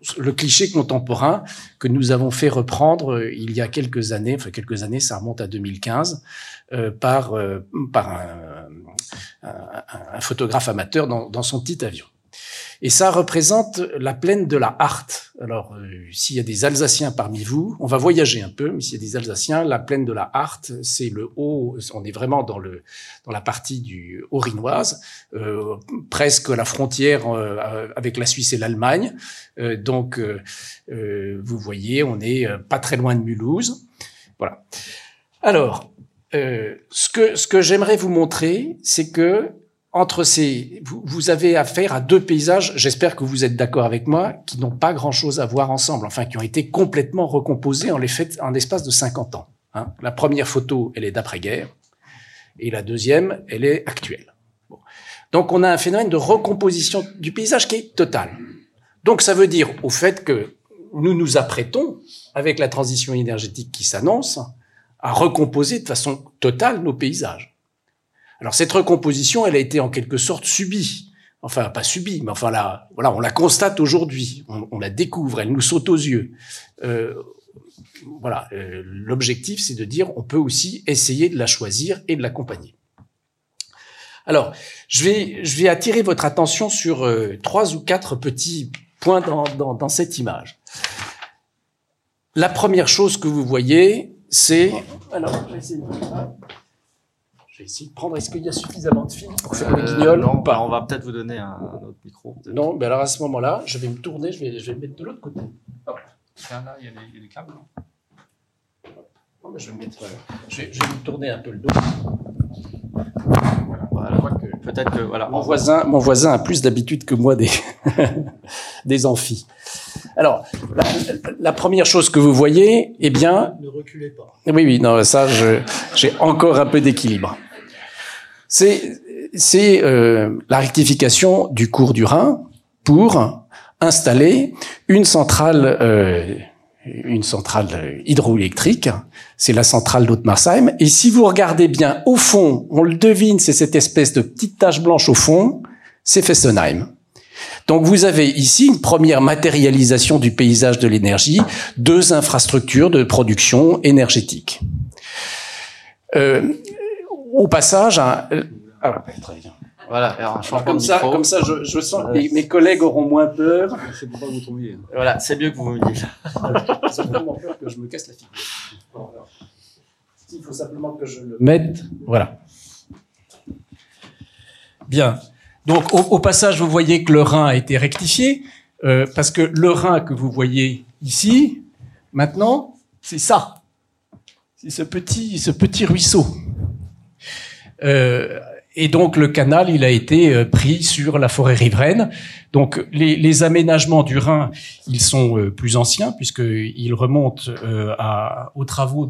le cliché contemporain que nous avons fait reprendre il y a quelques années, ça remonte à 2015, par un photographe amateur dans son petit avion. Et ça représente la plaine de la Hart. Alors, s'il y a des Alsaciens parmi vous, on va voyager un peu, mais s'il y a des Alsaciens, la plaine de la Hart, c'est le haut, on est vraiment dans la partie du Haut-Rhinoise, presque à la frontière avec la Suisse et l'Allemagne. Donc, vous voyez, on est pas très loin de Mulhouse. Voilà. Alors, ce que j'aimerais vous montrer, c'est que vous avez affaire à deux paysages, j'espère que vous êtes d'accord avec moi, qui n'ont pas grand-chose à voir ensemble, enfin qui ont été complètement recomposés en l'espace de 50 ans. Hein. La première photo, elle est d'après-guerre, et la deuxième, elle est actuelle. Bon. Donc on a un phénomène de recomposition du paysage qui est total. Donc ça veut dire au fait que nous nous apprêtons, avec la transition énergétique qui s'annonce, à recomposer de façon totale nos paysages. Alors cette recomposition, elle a été en quelque sorte subie. Enfin, pas subie, mais enfin là, voilà, on la constate aujourd'hui, on la découvre, elle nous saute aux yeux. L'objectif, c'est de dire, on peut aussi essayer de la choisir et de l'accompagner. Alors, je vais attirer votre attention sur 3 ou 4 petits points dans cette image. La première chose que vous voyez, c'est... Alors, je vais essayer de prendre, est-ce qu'il y a suffisamment de fils pour faire le guignol non, ou pas? On va peut-être vous donner un autre micro. Non, mais alors à ce moment-là, je vais me tourner, je vais me mettre de l'autre côté. Hop. Là, il y a les câbles. Non, mais je vais me tourner un peu le dos. Voilà. Peut-être que voilà. Mon voisin a plus d'habitude que moi des amphis. Alors, la première chose que vous voyez, eh bien... Ne reculez pas. Oui, non, ça, j'ai encore un peu d'équilibre. C'est la rectification du cours du Rhin pour installer une centrale hydroélectrique. C'est la centrale d'Ottmarsheim. Et si vous regardez bien au fond, on le devine, c'est cette espèce de petite tache blanche au fond, c'est Fessenheim. Donc vous avez ici une première matérialisation du paysage de l'énergie, 2 infrastructures de production énergétique. Au passage, très bien. Voilà, alors un changement Comme de ça, micro. Je sens que mes collègues auront moins peur. C'est pour pas que vous tombiez. Voilà, c'est mieux que vous me disiez. Ils ont tellement peur que je me casse la figure. Bon, alors, il faut simplement que je le mette. Voilà. Bien. Donc, au passage, vous voyez que le Rhin a été rectifié, parce que le Rhin que vous voyez ici, maintenant, c'est ça. C'est ce petit ruisseau. Et donc, le canal, il a été pris sur la forêt riveraine. Donc, les aménagements du Rhin, ils sont plus anciens, puisqu'ils remontent aux travaux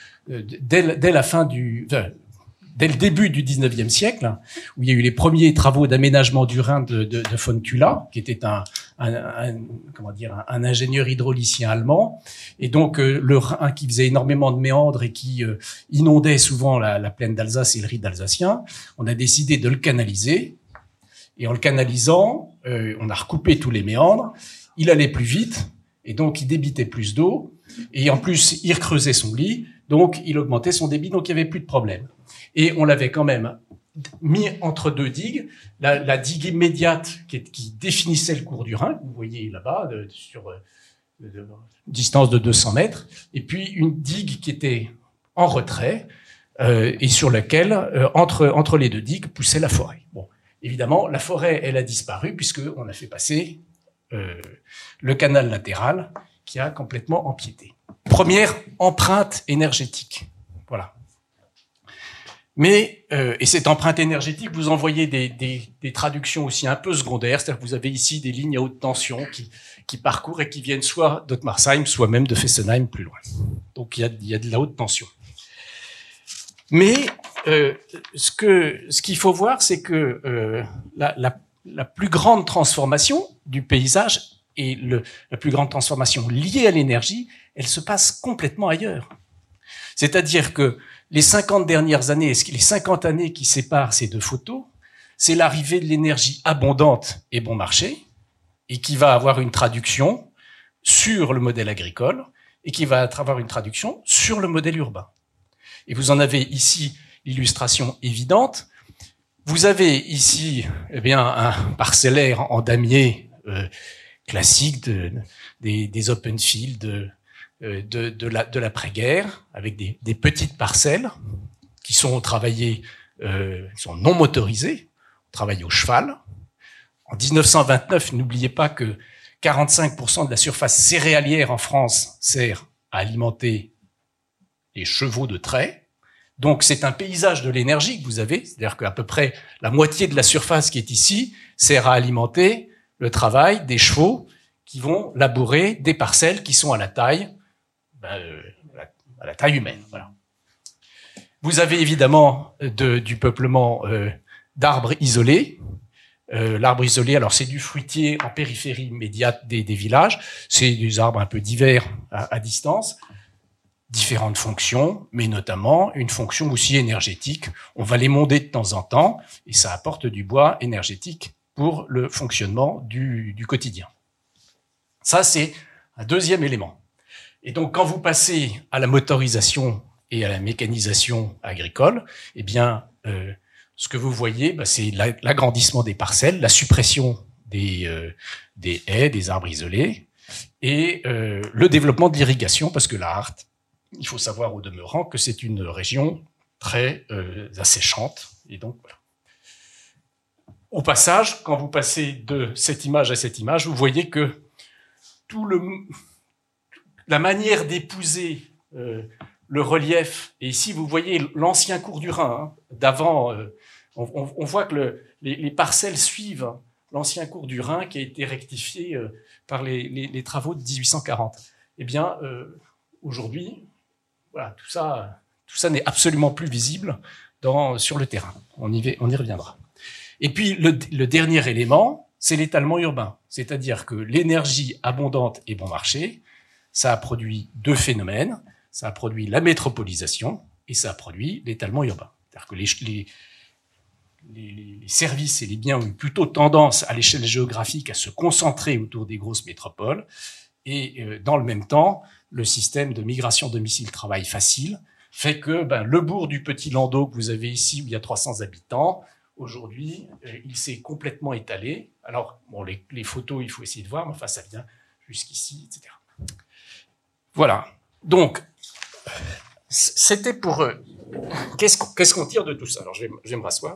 dès le début du 19e siècle, où il y a eu les premiers travaux d'aménagement du Rhin de von Thula, qui était un ingénieur hydraulicien allemand. Et donc, le Rhin qui faisait énormément de méandres et qui inondait souvent la plaine d'Alsace et le Ried alsacien, on a décidé de le canaliser. Et en le canalisant, on a recoupé tous les méandres. Il allait plus vite, et donc il débitait plus d'eau. Et en plus, il recreusait son lit, donc il augmentait son débit, donc il n'y avait plus de problème. Et on l'avait quand même mis entre 2 digues, la digue immédiate qui définissait le cours du Rhin, vous voyez là-bas, sur distance de 200 mètres, et puis une digue qui était en retrait, et sur laquelle, entre les 2 digues, poussait la forêt. Bon, évidemment, la forêt, elle a disparu, puisqu'on a fait passer le canal latéral, qui a complètement empiété. Première empreinte énergétique. Voilà. Mais, et cette empreinte énergétique, vous en voyez des traductions aussi un peu secondaires, c'est-à-dire que vous avez ici des lignes à haute tension qui parcourent et qui viennent soit d'Ottmarsheim, soit même de Fessenheim plus loin. Donc il y a de la haute tension. Mais ce qu'il faut voir, c'est que la plus grande transformation du paysage et la plus grande transformation liée à l'énergie, elle se passe complètement ailleurs. C'est-à-dire que les 50 dernières années, les 50 années qui séparent ces 2 photos, c'est l'arrivée de l'énergie abondante et bon marché, et qui va avoir une traduction sur le modèle agricole et qui va avoir une traduction sur le modèle urbain. Et vous en avez ici l'illustration évidente. Vous avez ici un parcellaire en damier classique des open fields de l'après-guerre, avec des petites parcelles qui sont travaillées, qui sont non motorisées, travaillées au cheval. En 1929, n'oubliez pas que 45% de la surface céréalière en France sert à alimenter les chevaux de trait. Donc c'est un paysage de l'énergie que vous avez, c'est-à-dire qu'à peu près la moitié de la surface qui est ici sert à alimenter le travail des chevaux qui vont labourer des parcelles qui sont à la taille humaine. Voilà. Vous avez évidemment du peuplement d'arbres isolés. L'arbre isolé, alors c'est du fruitier en périphérie immédiate des villages. C'est des arbres un peu divers à distance. Différentes fonctions, mais notamment une fonction aussi énergétique. On va les monder de temps en temps et ça apporte du bois énergétique pour le fonctionnement du quotidien. Ça, c'est un deuxième élément. Et donc, quand vous passez à la motorisation et à la mécanisation agricole, eh bien, ce que vous voyez, c'est l'agrandissement des parcelles, la suppression des haies, des arbres isolés et le développement de l'irrigation, parce que la Hart, il faut savoir au demeurant que c'est une région très asséchante. Et donc, voilà. Au passage, quand vous passez de cette image à cette image, vous voyez que la manière d'épouser le relief, et ici vous voyez l'ancien cours du Rhin, d'avant, on voit que les parcelles suivent l'ancien cours du Rhin qui a été rectifié par les travaux de 1840. Eh bien, aujourd'hui, voilà, tout ça n'est absolument plus visible sur le terrain. On y reviendra. Et puis, le dernier élément, c'est l'étalement urbain. C'est-à-dire que l'énergie abondante et bon marché, ça a produit deux phénomènes. Ça a produit la métropolisation et ça a produit l'étalement urbain. C'est-à-dire que les services et les biens ont eu plutôt tendance à l'échelle géographique à se concentrer autour des grosses métropoles. Et dans le même temps, le système de migration domicile-travail facile fait que le bourg du Petit Landau que vous avez ici, où il y a 300 habitants, aujourd'hui, il s'est complètement étalé. Alors, bon, les photos, il faut essayer de voir, mais enfin, ça vient jusqu'ici, etc. Voilà. Donc, c'était pour... Qu'est-ce qu'on tire de tout ça? Alors, je vais me rasseoir.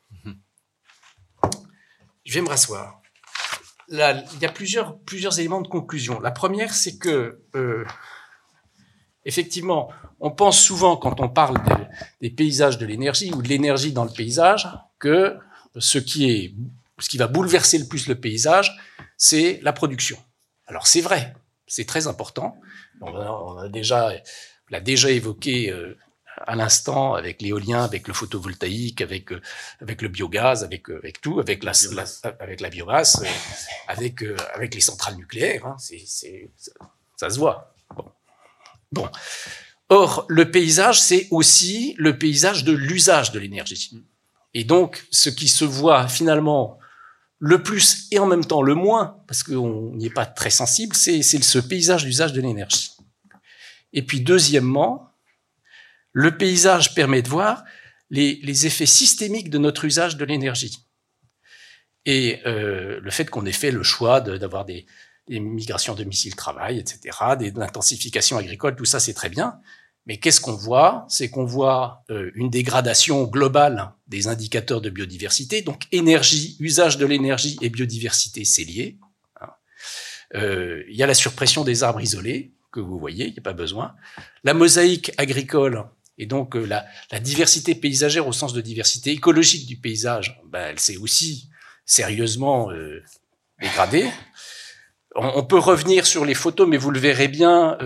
Je vais me rasseoir. Là, il y a plusieurs éléments de conclusion. La première, c'est que, effectivement, on pense souvent, quand on parle des paysages de l'énergie ou de l'énergie dans le paysage, que ce qui va bouleverser le plus le paysage, c'est la production. Alors, c'est vrai, c'est très important. On l'a déjà évoqué à l'instant avec l'éolien, avec le photovoltaïque, avec le biogaz, avec tout, avec la biomasse, avec les centrales nucléaires. Hein, ça se voit. Bon. Or, le paysage, c'est aussi le paysage de l'usage de l'énergie. Et donc, ce qui se voit finalement le plus et en même temps le moins, parce qu'on n'y est pas très sensible, c'est ce paysage d'usage de l'énergie. Et puis, deuxièmement, le paysage permet de voir les effets systémiques de notre usage de l'énergie. Et le fait qu'on ait fait le choix d'avoir des migrations domicile-travail, etc., de l'intensification agricole, tout ça, c'est très bien. Mais qu'est-ce qu'on voit? C'est qu'on voit une dégradation globale des indicateurs de biodiversité. Donc, énergie, usage de l'énergie et biodiversité, c'est lié. Il y a la surpression des arbres isolés, que vous voyez, il n'y a pas besoin. La mosaïque agricole, et donc la diversité paysagère au sens de diversité écologique du paysage, elle s'est aussi sérieusement dégradée. On peut revenir sur les photos, mais vous le verrez bien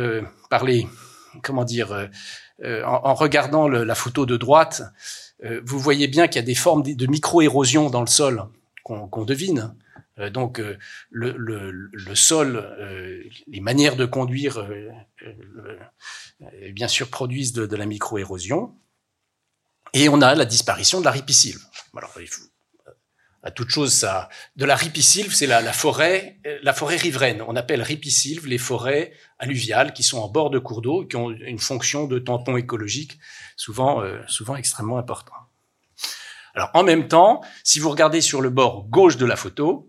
en regardant la photo de droite, vous voyez bien qu'il y a des formes de micro-érosion dans le sol qu'on devine. Donc le sol, les manières de conduire, bien sûr, produisent de la micro-érosion. Et on a la disparition de la ripisylve. Alors, à toute chose, ça, de la ripisylve, c'est la forêt riveraine. On appelle ripisylve les forêts alluviales qui sont en bord de cours d'eau, qui ont une fonction de tampon écologique souvent extrêmement importante. Alors, en même temps, si vous regardez sur le bord gauche de la photo,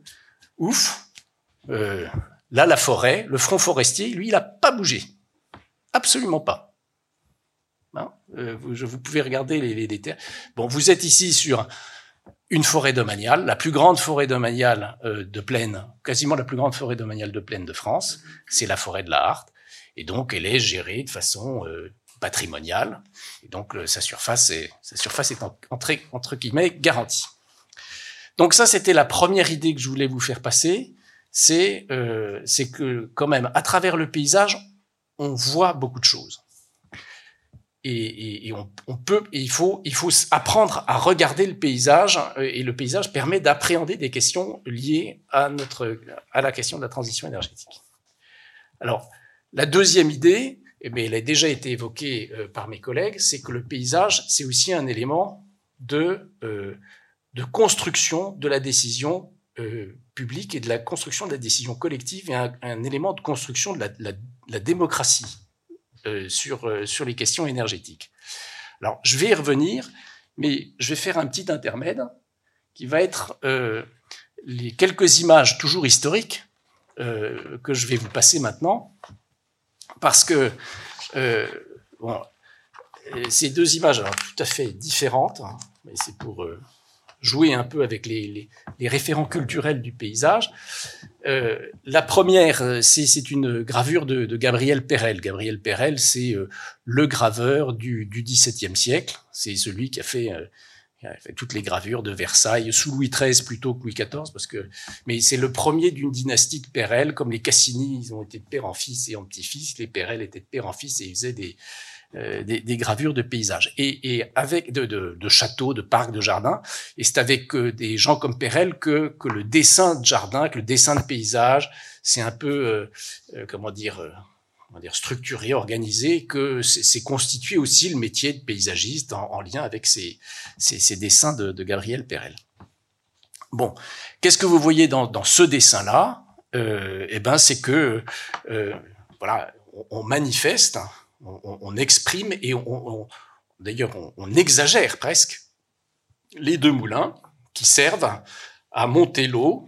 là, la forêt, le front forestier, lui, il n'a pas bougé. Absolument pas. Hein, vous pouvez regarder les terres. Bon, vous êtes ici sur une forêt domaniale, la plus grande forêt domaniale de plaine, quasiment la plus grande forêt domaniale de plaine de France, c'est la forêt de la Harte, et donc elle est gérée de façon patrimoniale, et donc sa surface est entre guillemets garantie. Donc ça, c'était la première idée que je voulais vous faire passer, c'est que quand même, à travers le paysage, on voit beaucoup de choses. Et il faut apprendre à regarder le paysage, et le paysage permet d'appréhender des questions liées à la question de la transition énergétique. Alors, la deuxième idée, mais elle a déjà été évoquée par mes collègues, c'est que le paysage, c'est aussi un élément de construction de la décision publique et de la construction de la décision collective, et un élément de construction de la démocratie. Sur les questions énergétiques. Alors, je vais y revenir, mais je vais faire un petit intermède qui va être les quelques images toujours historiques que je vais vous passer maintenant, parce que ces deux images, alors, tout à fait différentes, hein, mais c'est pour jouer un peu avec les référents culturels du paysage. La première, c'est une gravure de Gabriel Perel. Gabriel Perel, c'est le graveur du XVIIe siècle. C'est celui qui a fait toutes les gravures de Versailles sous Louis XIII plutôt que Louis XIV, mais c'est le premier d'une dynastie de Perel, comme les Cassini, ils ont été de père en fils et en petit-fils. Les Perel étaient de père en fils et ils faisaient des gravures de paysages et avec de châteaux, de parcs, de jardins. Et c'est avec des gens comme Perel que le dessin de jardin, que le dessin de paysage, c'est un peu structuré, organisé, que c'est constitué aussi le métier de paysagiste en lien avec ces dessins de Gabriel Perel. Bon, qu'est-ce que vous voyez dans ce dessin-là? C'est que voilà, on manifeste. On exprime et d'ailleurs on exagère presque les deux moulins qui servent à monter l'eau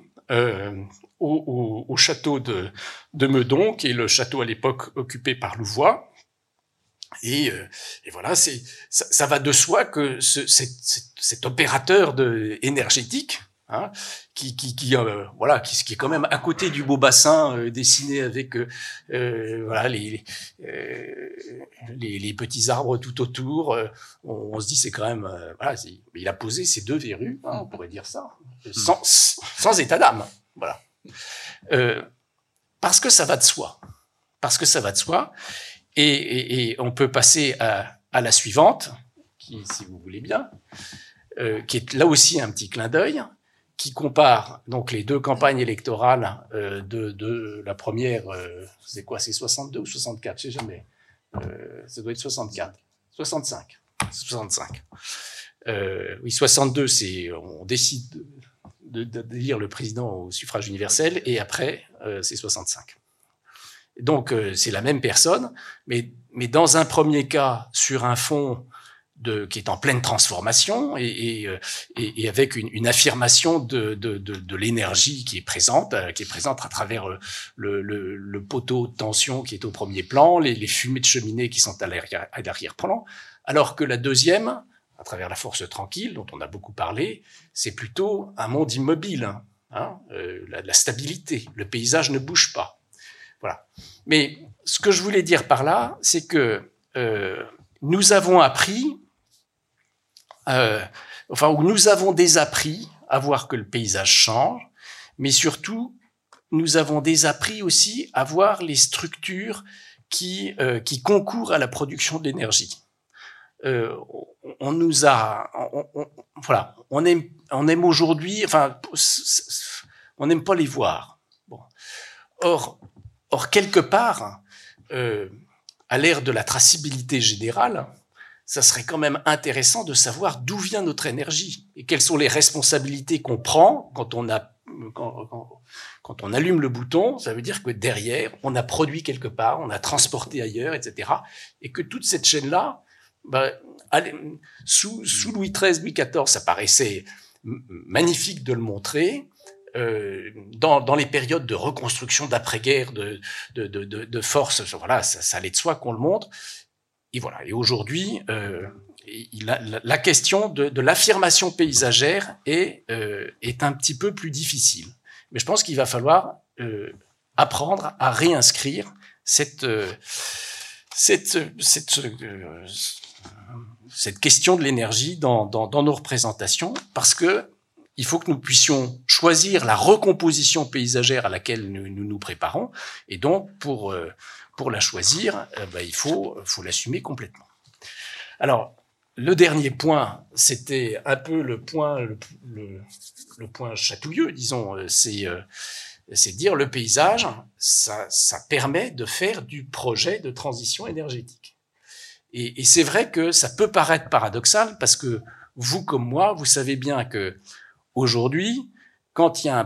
au château de Meudon, qui est le château à l'époque occupé par Louvois. Et voilà, ça va de soi que cet opérateur énergétique, hein, qui est quand même à côté du beau bassin dessiné avec voilà les petits arbres tout autour, on se dit c'est quand même voilà, il a posé ces deux verrues, hein, on pourrait dire ça, sans état d'âme, voilà, parce que ça va de soi, et on peut passer à la suivante, qui, si vous voulez bien, qui est là aussi un petit clin d'œil, qui compare donc les deux campagnes électorales de la première, c'est quoi, c'est 62 ou 64, je sais jamais, ça doit être 65. Oui, 62, c'est on décide d'élire le président au suffrage universel, et après c'est 65. Donc c'est la même personne, mais dans un premier cas sur un fond qui est en pleine transformation et avec une affirmation de l'énergie qui est présente à travers le poteau de tension qui est au premier plan, les fumées de cheminée qui sont à l'arrière-plan, alors que la deuxième, à travers la force tranquille, dont on a beaucoup parlé, c'est plutôt un monde immobile, hein, la stabilité, le paysage ne bouge pas. Voilà. Mais ce que je voulais dire par là, c'est que nous avons appris, ou nous avons désappris à voir que le paysage change, mais surtout, nous avons désappris aussi à voir les structures qui concourent à la production de l'énergie. On aime aujourd'hui, enfin, on n'aime pas les voir. Bon. Or, quelque part, à l'ère de la traçabilité générale, ça serait quand même intéressant de savoir d'où vient notre énergie et quelles sont les responsabilités qu'on prend quand on allume le bouton. Ça veut dire que derrière, on a produit quelque part, on a transporté ailleurs, etc. Et que toute cette chaîne-là, sous Louis XIII, Louis XIV, ça paraissait magnifique de le montrer. Dans les périodes de reconstruction d'après-guerre, de force, voilà, ça allait de soi qu'on le montre. Et voilà. Et aujourd'hui, la question de l'affirmation paysagère est un petit peu plus difficile. Mais je pense qu'il va falloir apprendre à réinscrire cette question de l'énergie dans nos représentations, parce que il faut que nous puissions choisir la recomposition paysagère à laquelle nous nous préparons, et donc pour la choisir, il faut l'assumer complètement. Alors, le dernier point, c'était un peu le point chatouilleux, disons, c'est de dire le paysage, ça permet de faire du projet de transition énergétique. Et c'est vrai que ça peut paraître paradoxal, parce que vous comme moi, vous savez bien que aujourd'hui, quand il y a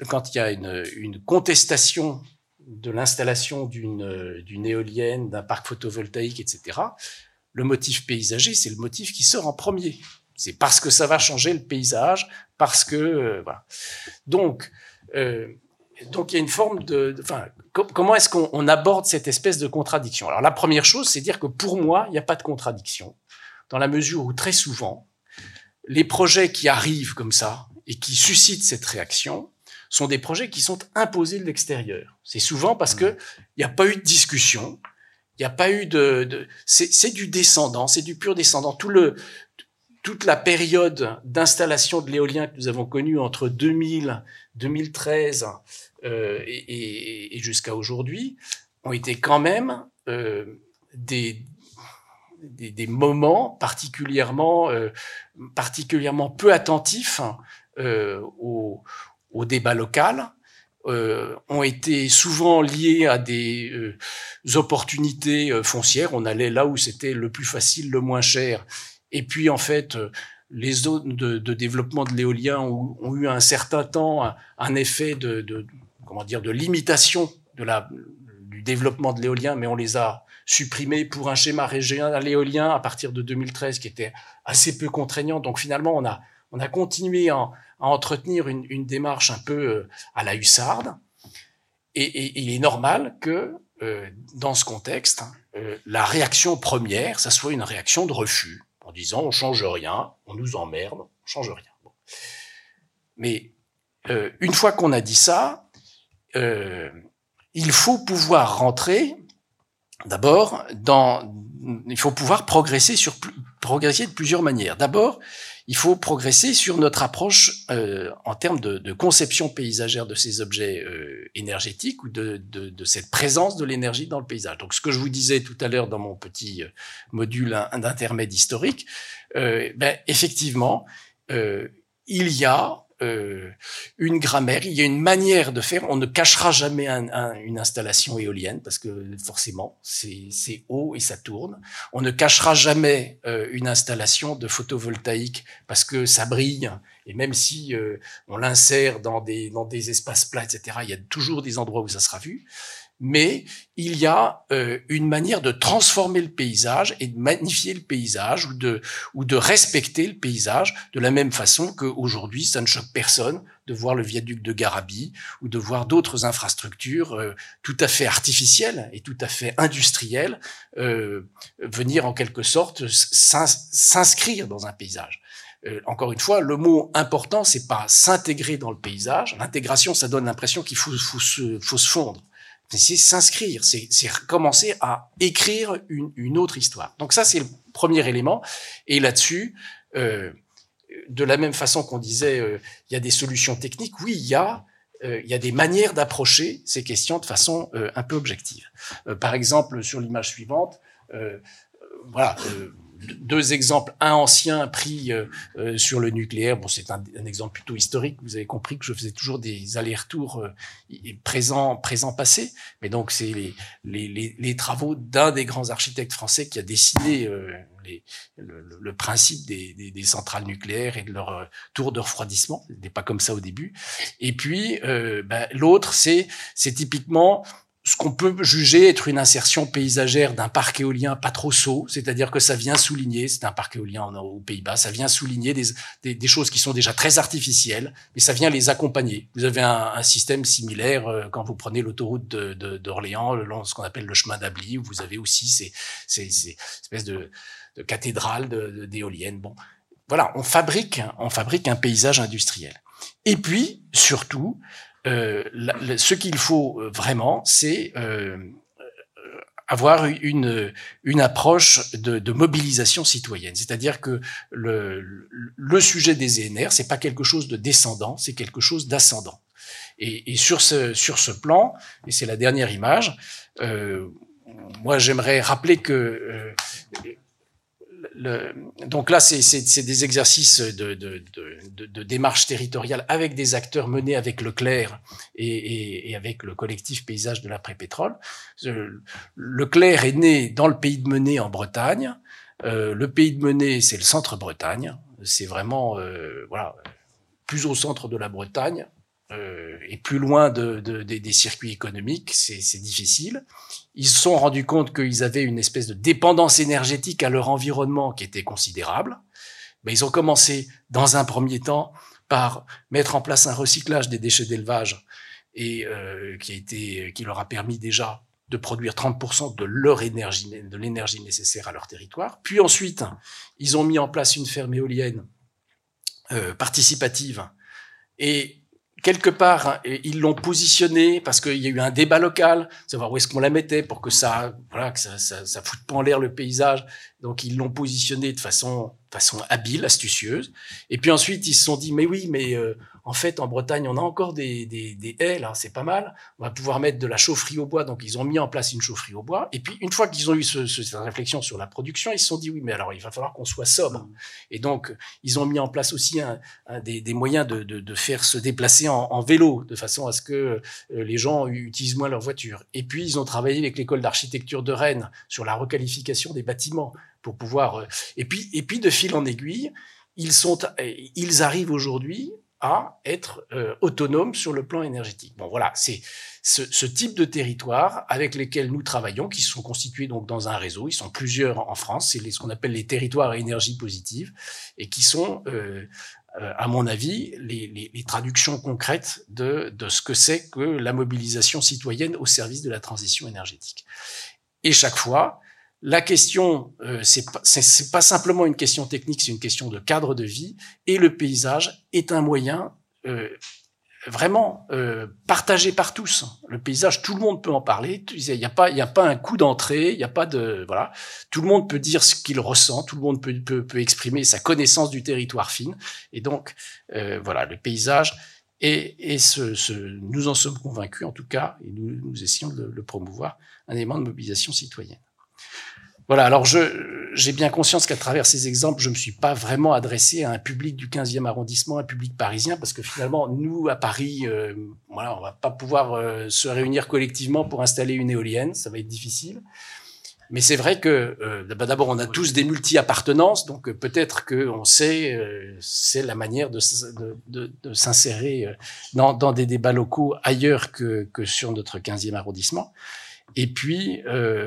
une contestation de l'installation d'une éolienne, d'un parc photovoltaïque, etc., le motif paysager, c'est le motif qui sort en premier. C'est parce que ça va changer le paysage, parce que voilà. Donc il y a une forme comment est-ce qu'on aborde cette espèce de contradiction? Alors la première chose, c'est dire que pour moi, il n'y a pas de contradiction, dans la mesure où très souvent, les projets qui arrivent comme ça et qui suscitent cette réaction sont des projets qui sont imposés de l'extérieur. C'est souvent parce que il n'y a pas eu de discussion, il n'y a pas eu c'est du descendant, c'est du pur descendant. Toute la période d'installation de l'éolien que nous avons connue entre 2000, 2013 et jusqu'à aujourd'hui ont été quand même des moments particulièrement peu attentifs au débat local, ont été souvent liés à des opportunités foncières. On allait là où c'était le plus facile, le moins cher. Et puis, en fait, les zones de développement de l'éolien ont eu un certain temps un effet de limitation du développement de l'éolien, mais on les a supprimés pour un schéma régional éolien à partir de 2013 qui était assez peu contraignant. Donc, finalement, on a continué à entretenir une démarche un peu à la hussarde. Et il est normal que, dans ce contexte, la réaction première, ça soit une réaction de refus, en disant on change rien, on nous emmerde, on change rien. Bon. Mais une fois qu'on a dit ça, il faut pouvoir rentrer. D'abord, il faut pouvoir progresser de plusieurs manières. D'abord, il faut progresser sur notre approche en termes de conception paysagère de ces objets énergétiques ou de cette présence de l'énergie dans le paysage. Donc, ce que je vous disais tout à l'heure dans mon petit module d'intermède historique, effectivement, il y a une grammaire, il y a une manière de faire. On ne cachera jamais une installation éolienne parce que forcément c'est haut et ça tourne. On ne cachera jamais une installation de photovoltaïque parce que ça brille, et même si on l'insère dans des espaces plats, etc., il y a toujours des endroits où ça sera vu. Mais il y a une manière de transformer le paysage et de magnifier le paysage ou de respecter le paysage de la même façon qu'aujourd'hui, ça ne choque personne de voir le viaduc de Garabi ou de voir d'autres infrastructures tout à fait artificielles et tout à fait industrielles venir en quelque sorte s'inscrire dans un paysage. Encore une fois, le mot important, c'est pas s'intégrer dans le paysage. L'intégration, ça donne l'impression qu'il faut se fondre. C'est s'inscrire, c'est commencer à écrire une autre histoire. Donc ça, c'est le premier élément. Et là-dessus, de la même façon qu'on disait, il y a des solutions techniques. Oui, il y a des manières d'approcher ces questions de façon un peu objective. Par exemple, sur l'image suivante, deux exemples, un ancien pris sur le nucléaire. Bon, c'est un exemple plutôt historique. Vous avez compris que je faisais toujours des allers-retours présent-passé. Mais donc, c'est les travaux d'un des grands architectes français qui a dessiné le principe des centrales nucléaires et de leur tour de refroidissement. C'était pas comme ça au début. Et puis, l'autre, c'est typiquement ce qu'on peut juger être une insertion paysagère d'un parc éolien pas trop sot, c'est-à-dire que ça vient souligner, c'est un parc éolien aux Pays-Bas, ça vient souligner des choses qui sont déjà très artificielles, mais ça vient les accompagner. Vous avez un système similaire quand vous prenez l'autoroute d'Orléans, le long de ce qu'on appelle le chemin d'Ably, où vous avez aussi ces espèces de cathédrales d'éoliennes. Bon, voilà, on fabrique un paysage industriel. Et puis, surtout, ce qu'il faut vraiment, c'est avoir une approche de mobilisation citoyenne. C'est-à-dire que le sujet des ENR, c'est pas quelque chose de descendant, c'est quelque chose d'ascendant. Et sur ce plan, et c'est la dernière image, moi j'aimerais rappeler que donc là, c'est des exercices de démarche territoriale avec des acteurs menés avec Leclerc et avec le collectif Paysage de l'après-pétrole. Leclerc est né dans le pays de Menez en Bretagne. Le pays de Menez, c'est le centre-Bretagne. C'est vraiment plus au centre de la Bretagne. Et plus loin des circuits économiques, c'est difficile. Ils se sont rendus compte qu'ils avaient une espèce de dépendance énergétique à leur environnement qui était considérable. Ben, ils ont commencé, dans un premier temps, par mettre en place un recyclage des déchets d'élevage et qui leur a permis déjà de produire 30% de l'énergie nécessaire à leur territoire. Puis ensuite, ils ont mis en place une ferme éolienne participative et quelque part, ils l'ont positionné parce qu'il y a eu un débat local, savoir où est-ce qu'on la mettait pour que ça foute pas en l'air le paysage. Donc ils l'ont positionné de façon habile, astucieuse. Et puis ensuite ils se sont dit mais oui, mais en fait en Bretagne on a encore des haies là, c'est pas mal. On va pouvoir mettre de la chaufferie au bois. Donc ils ont mis en place une chaufferie au bois. Et puis une fois qu'ils ont eu cette réflexion sur la production, ils se sont dit oui, mais alors il va falloir qu'on soit sobre. Et donc ils ont mis en place aussi des moyens de faire se déplacer en vélo de façon à ce que les gens utilisent moins leur voiture. Et puis ils ont travaillé avec l'école d'architecture de Rennes sur la requalification des bâtiments pour pouvoir et puis de fil en aiguille, ils arrivent aujourd'hui à être autonomes sur le plan énergétique. Bon voilà, c'est ce type de territoire avec lesquels nous travaillons, qui sont constitués donc dans un réseau, ils sont plusieurs en France, c'est ce qu'on appelle les territoires à énergie positive et qui sont à mon avis, les traductions concrètes de ce que c'est que la mobilisation citoyenne au service de la transition énergétique. Et chaque fois, la question, c'est pas simplement une question technique, c'est une question de cadre de vie, et le paysage est un moyen vraiment partagé par tous. Le paysage, tout le monde peut en parler. Il y a pas un coup d'entrée, il y a pas de voilà. Tout le monde peut dire ce qu'il ressent, tout le monde peut exprimer sa connaissance du territoire fine. Et donc voilà, le paysage nous en sommes convaincus en tout cas, et nous essayons de le promouvoir, un élément de mobilisation citoyenne. Voilà, alors j'ai bien conscience qu'à travers ces exemples, je me suis pas vraiment adressé à un public du 15e arrondissement, un public parisien, parce que finalement, nous, à Paris, on va pas pouvoir se réunir collectivement pour installer une éolienne, ça va être difficile. Mais c'est vrai que d'abord, on a tous des multi-appartenances, donc peut-être qu'on sait, c'est la manière de s'insérer dans des débats locaux ailleurs que sur notre 15e arrondissement. Et puis,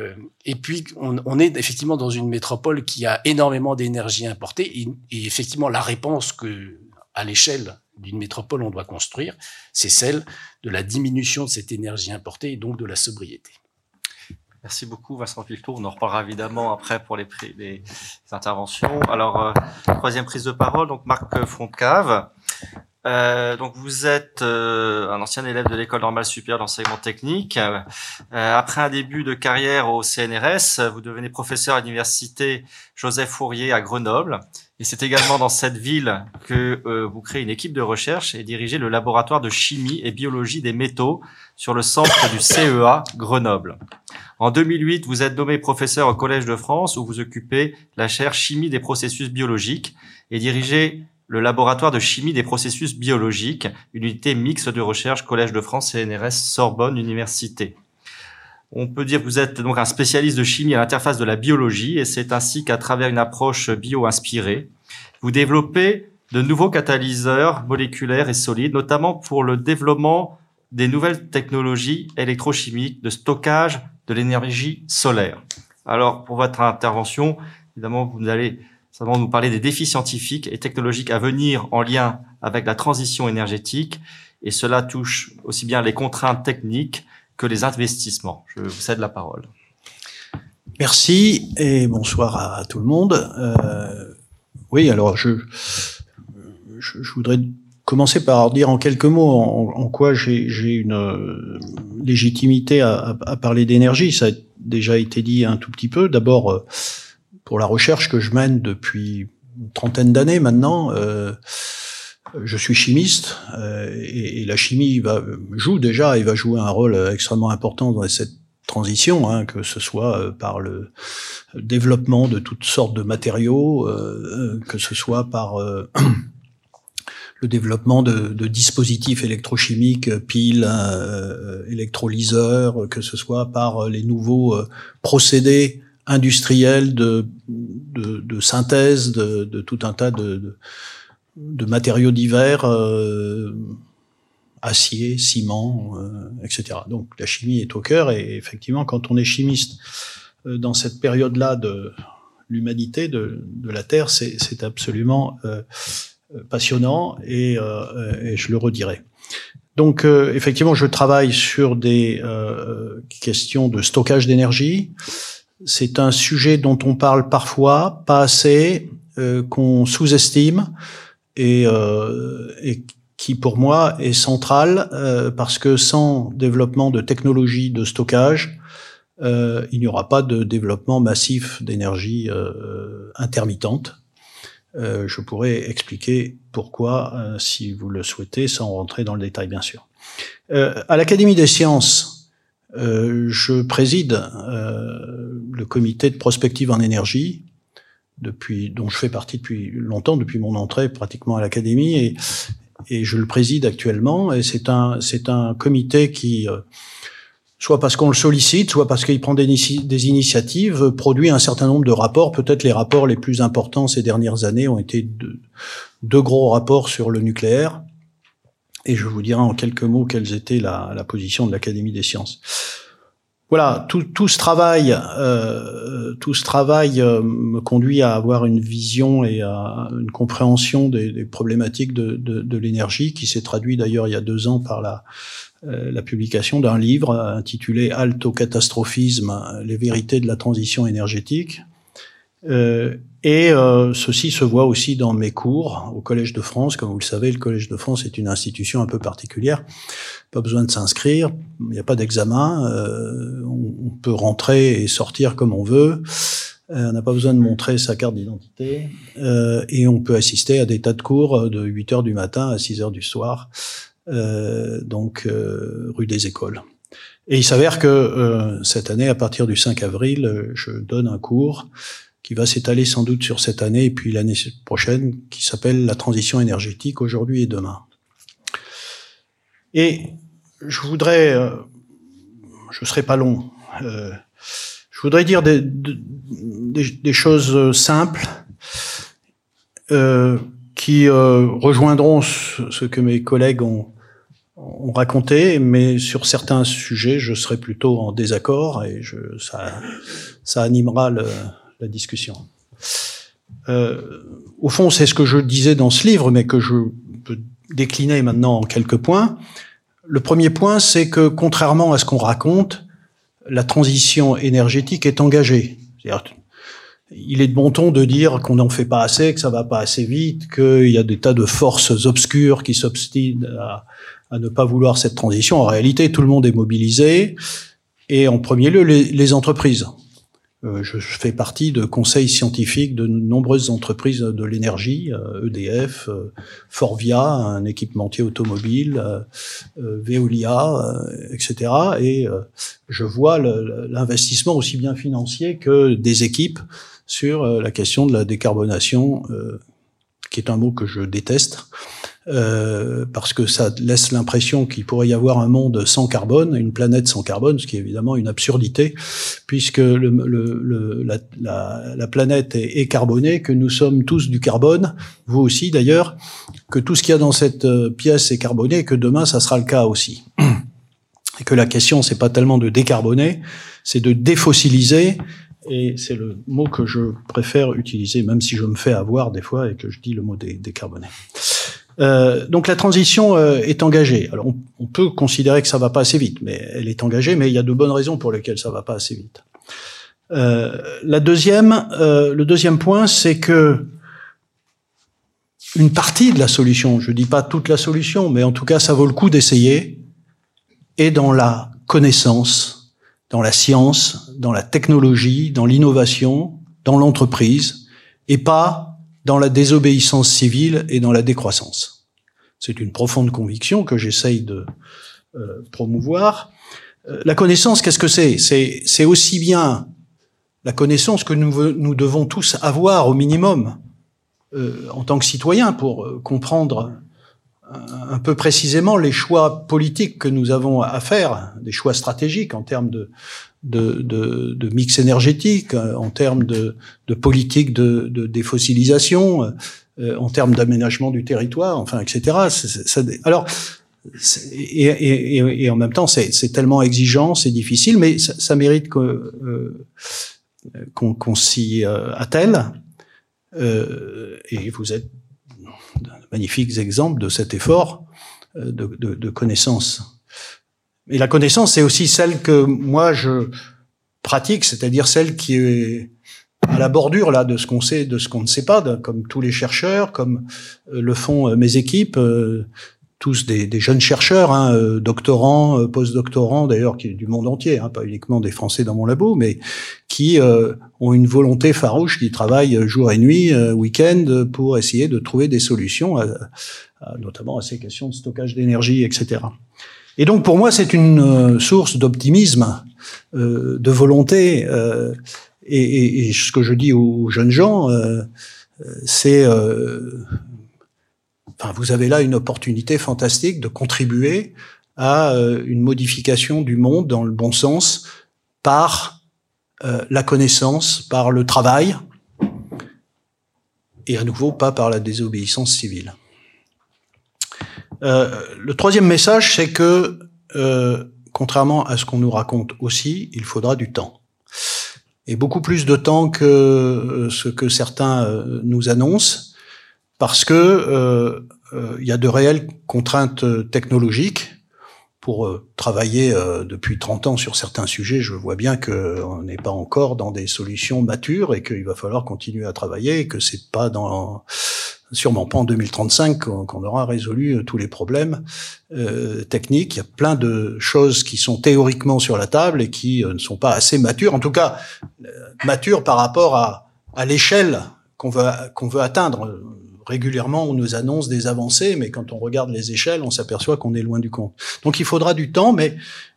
on est effectivement dans une métropole qui a énormément d'énergie importée. Et effectivement, la réponse à l'échelle d'une métropole, on doit construire, c'est celle de la diminution de cette énergie importée et donc de la sobriété. Merci beaucoup, Vincent Piltour. On en reparlera évidemment après pour les interventions. Alors, troisième prise de parole, donc Marc Fontcave. Donc vous êtes un ancien élève de l'École normale supérieure d'enseignement technique. Après un début de carrière au CNRS, vous devenez professeur à l'université Joseph Fourier à Grenoble. Et c'est également dans cette ville que vous créez une équipe de recherche et dirigez le laboratoire de chimie et biologie des métaux sur le centre du CEA Grenoble. En 2008, vous êtes nommé professeur au Collège de France où vous occupez la chaire chimie des processus biologiques et dirigez le laboratoire de chimie des processus biologiques, une unité mixte de recherche Collège de France, CNRS, Sorbonne Université. On peut dire que vous êtes donc un spécialiste de chimie à l'interface de la biologie et c'est ainsi qu'à travers une approche bio-inspirée, vous développez de nouveaux catalyseurs moléculaires et solides, notamment pour le développement des nouvelles technologies électrochimiques de stockage de l'énergie solaire. Alors, pour votre intervention, évidemment, vous allez simplement nous parler des défis scientifiques et technologiques à venir en lien avec la transition énergétique, et cela touche aussi bien les contraintes techniques que les investissements. Je vous cède la parole. Merci et bonsoir à tout le monde. Oui, alors je voudrais commencer par dire en quelques mots en quoi j'ai une légitimité à parler d'énergie. Ça a déjà été dit un tout petit peu. D'abord, pour la recherche que je mène depuis une trentaine d'années maintenant, je suis chimiste et la chimie va jouer un rôle extrêmement important dans cette transition, que ce soit par le développement de toutes sortes de matériaux, que ce soit par le développement de dispositifs électrochimiques, piles, électrolyseurs, que ce soit par les nouveaux procédés industriels de synthèse de tout un tas de matériaux divers, acier, ciment, etc. Donc la chimie est au cœur et effectivement quand on est chimiste dans cette période-là de l'humanité, de la Terre, c'est absolument passionnant et je le redirai. Donc effectivement je travaille sur des questions de stockage d'énergie. C'est un sujet dont on parle parfois, pas assez, qu'on sous-estime et qui pour moi est central parce que sans développement de technologies de stockage, il n'y aura pas de développement massif d'énergie intermittente. Je pourrais expliquer pourquoi, si vous le souhaitez, sans rentrer dans le détail bien sûr. À l'Académie des sciences, je préside le comité de prospective en énergie, dont je fais partie depuis longtemps, depuis mon entrée pratiquement à l'Académie, et je le préside actuellement. Et c'est un comité qui, soit parce qu'on le sollicite, soit parce qu'il prend des initiatives, produit un certain nombre de rapports. Peut-être les rapports les plus importants ces dernières années ont été deux gros rapports sur le nucléaire. Et je vous dirai en quelques mots quelle était la position de l'Académie des sciences. Voilà, tout ce travail me conduit à avoir une vision et à une compréhension des problématiques de l'énergie, qui s'est traduit d'ailleurs il y a 2 ans par la publication d'un livre intitulé Halte au catastrophisme, les vérités de la transition énergétique. Ceci se voit aussi dans mes cours au Collège de France. Comme vous le savez, le Collège de France est une institution un peu particulière. Pas besoin de s'inscrire, il n'y a pas d'examen, on peut rentrer et sortir comme on veut, on n'a pas besoin de montrer sa carte d'identité, et on peut assister à des tas de cours de 8h du matin à 6h du soir, rue des Écoles. Et il s'avère que cette année, à partir du 5 avril, je donne un cours qui va s'étaler sans doute sur cette année et puis l'année prochaine, qui s'appelle la transition énergétique aujourd'hui et demain. Et je voudrais, je serai pas long, je voudrais dire des choses simples qui rejoindront ce que mes collègues ont raconté, mais sur certains sujets, je serai plutôt en désaccord et ça animera la discussion. Au fond, c'est ce que je disais dans ce livre, mais que je peux décliner maintenant en quelques points. Le premier point, c'est que contrairement à ce qu'on raconte, la transition énergétique est engagée. C'est-à-dire, il est de bon ton de dire qu'on n'en fait pas assez, que ça va pas assez vite, qu'il y a des tas de forces obscures qui s'obstinent à ne pas vouloir cette transition. En réalité, tout le monde est mobilisé, et en premier lieu, les entreprises. Je fais partie de conseils scientifiques de nombreuses entreprises de l'énergie, EDF, Forvia, un équipementier automobile, Veolia, etc. Et je vois l'investissement aussi bien financier que des équipes sur la question de la décarbonation, qui est un mot que je déteste. Parce que ça laisse l'impression qu'il pourrait y avoir un monde sans carbone, une planète sans carbone, ce qui est évidemment une absurdité, puisque la planète est carbonée, que nous sommes tous du carbone, vous aussi d'ailleurs, que tout ce qu'il y a dans cette pièce est carboné, et que demain ça sera le cas aussi. Et que la question, c'est pas tellement de décarboner, c'est de défossiliser. Et c'est le mot que je préfère utiliser, même si je me fais avoir des fois et que je dis le mot décarboner. Donc la transition est engagée. Alors on peut considérer que ça va pas assez vite, mais elle est engagée, mais il y a de bonnes raisons pour lesquelles ça va pas assez vite. Le deuxième point, c'est que une partie de la solution, je dis pas toute la solution, mais en tout cas ça vaut le coup d'essayer, est dans la connaissance, dans la science, dans la technologie, dans l'innovation, dans l'entreprise, et pas dans la désobéissance civile et dans la décroissance. C'est une profonde conviction que j'essaye de promouvoir. La connaissance, qu'est-ce que c'est ? C'est aussi bien la connaissance que nous devons tous avoir au minimum en tant que citoyens pour comprendre un peu précisément les choix politiques que nous avons à faire, des choix stratégiques en termes de mix énergétique, en termes de politique de défossilisation, en termes d'aménagement du territoire, enfin, etc. Et en même temps, c'est tellement exigeant, c'est difficile, mais ça mérite qu'on s'y attelle. Et vous êtes de magnifiques exemples de cet effort de connaissance. Et la connaissance, c'est aussi celle que moi je pratique, c'est-à-dire celle qui est à la bordure là de ce qu'on sait, de ce qu'on ne sait pas, comme tous les chercheurs, comme le font mes équipes, tous des jeunes chercheurs, doctorants, post-doctorants, d'ailleurs, qui du monde entier, pas uniquement des Français dans mon labo, mais qui ont une volonté farouche, qui travaillent jour et nuit, week-end, pour essayer de trouver des solutions, notamment à ces questions de stockage d'énergie, etc. Et donc, pour moi, c'est une source d'optimisme, de volonté, et ce que je dis aux jeunes gens, c'est... vous avez là une opportunité fantastique de contribuer à une modification du monde dans le bon sens par la connaissance, par le travail, et à nouveau pas par la désobéissance civile. Le troisième message, c'est que, contrairement à ce qu'on nous raconte aussi, il faudra du temps. Et beaucoup plus de temps que ce que certains nous annoncent, parce que il y a de réelles contraintes technologiques. Pour travailler depuis 30 ans sur certains sujets, je vois bien qu'on n'est pas encore dans des solutions matures et qu'il va falloir continuer à travailler et que c'est pas sûrement pas en 2035 qu'on aura résolu tous les problèmes techniques. Il y a plein de choses qui sont théoriquement sur la table et qui ne sont pas assez matures, en tout cas matures par rapport à l'échelle qu'on veut atteindre. Régulièrement, on nous annonce des avancées, mais quand on regarde les échelles, on s'aperçoit qu'on est loin du compte. Donc, il faudra du temps, mais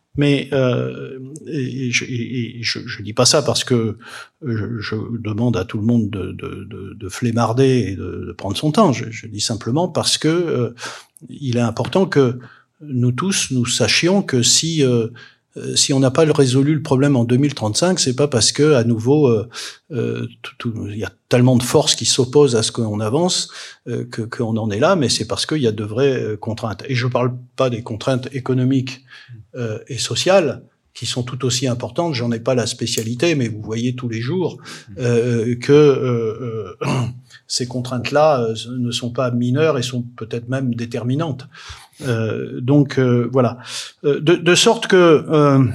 je dis pas ça parce que je demande à tout le monde de flemmarder et de prendre son temps. Je dis simplement parce que il est important que nous tous nous sachions que si on n'a pas résolu le problème en 2035, c'est pas parce que à nouveau il y a tellement de forces qui s'opposent à ce qu'on avance qu'on en est là, mais c'est parce qu'il y a de vraies contraintes. Et je parle pas des contraintes économiques et sociales qui sont tout aussi importantes. J'en ai pas la spécialité, mais vous voyez tous les jours que ces contraintes-là ne sont pas mineures et sont peut-être même déterminantes. Donc voilà, de sorte que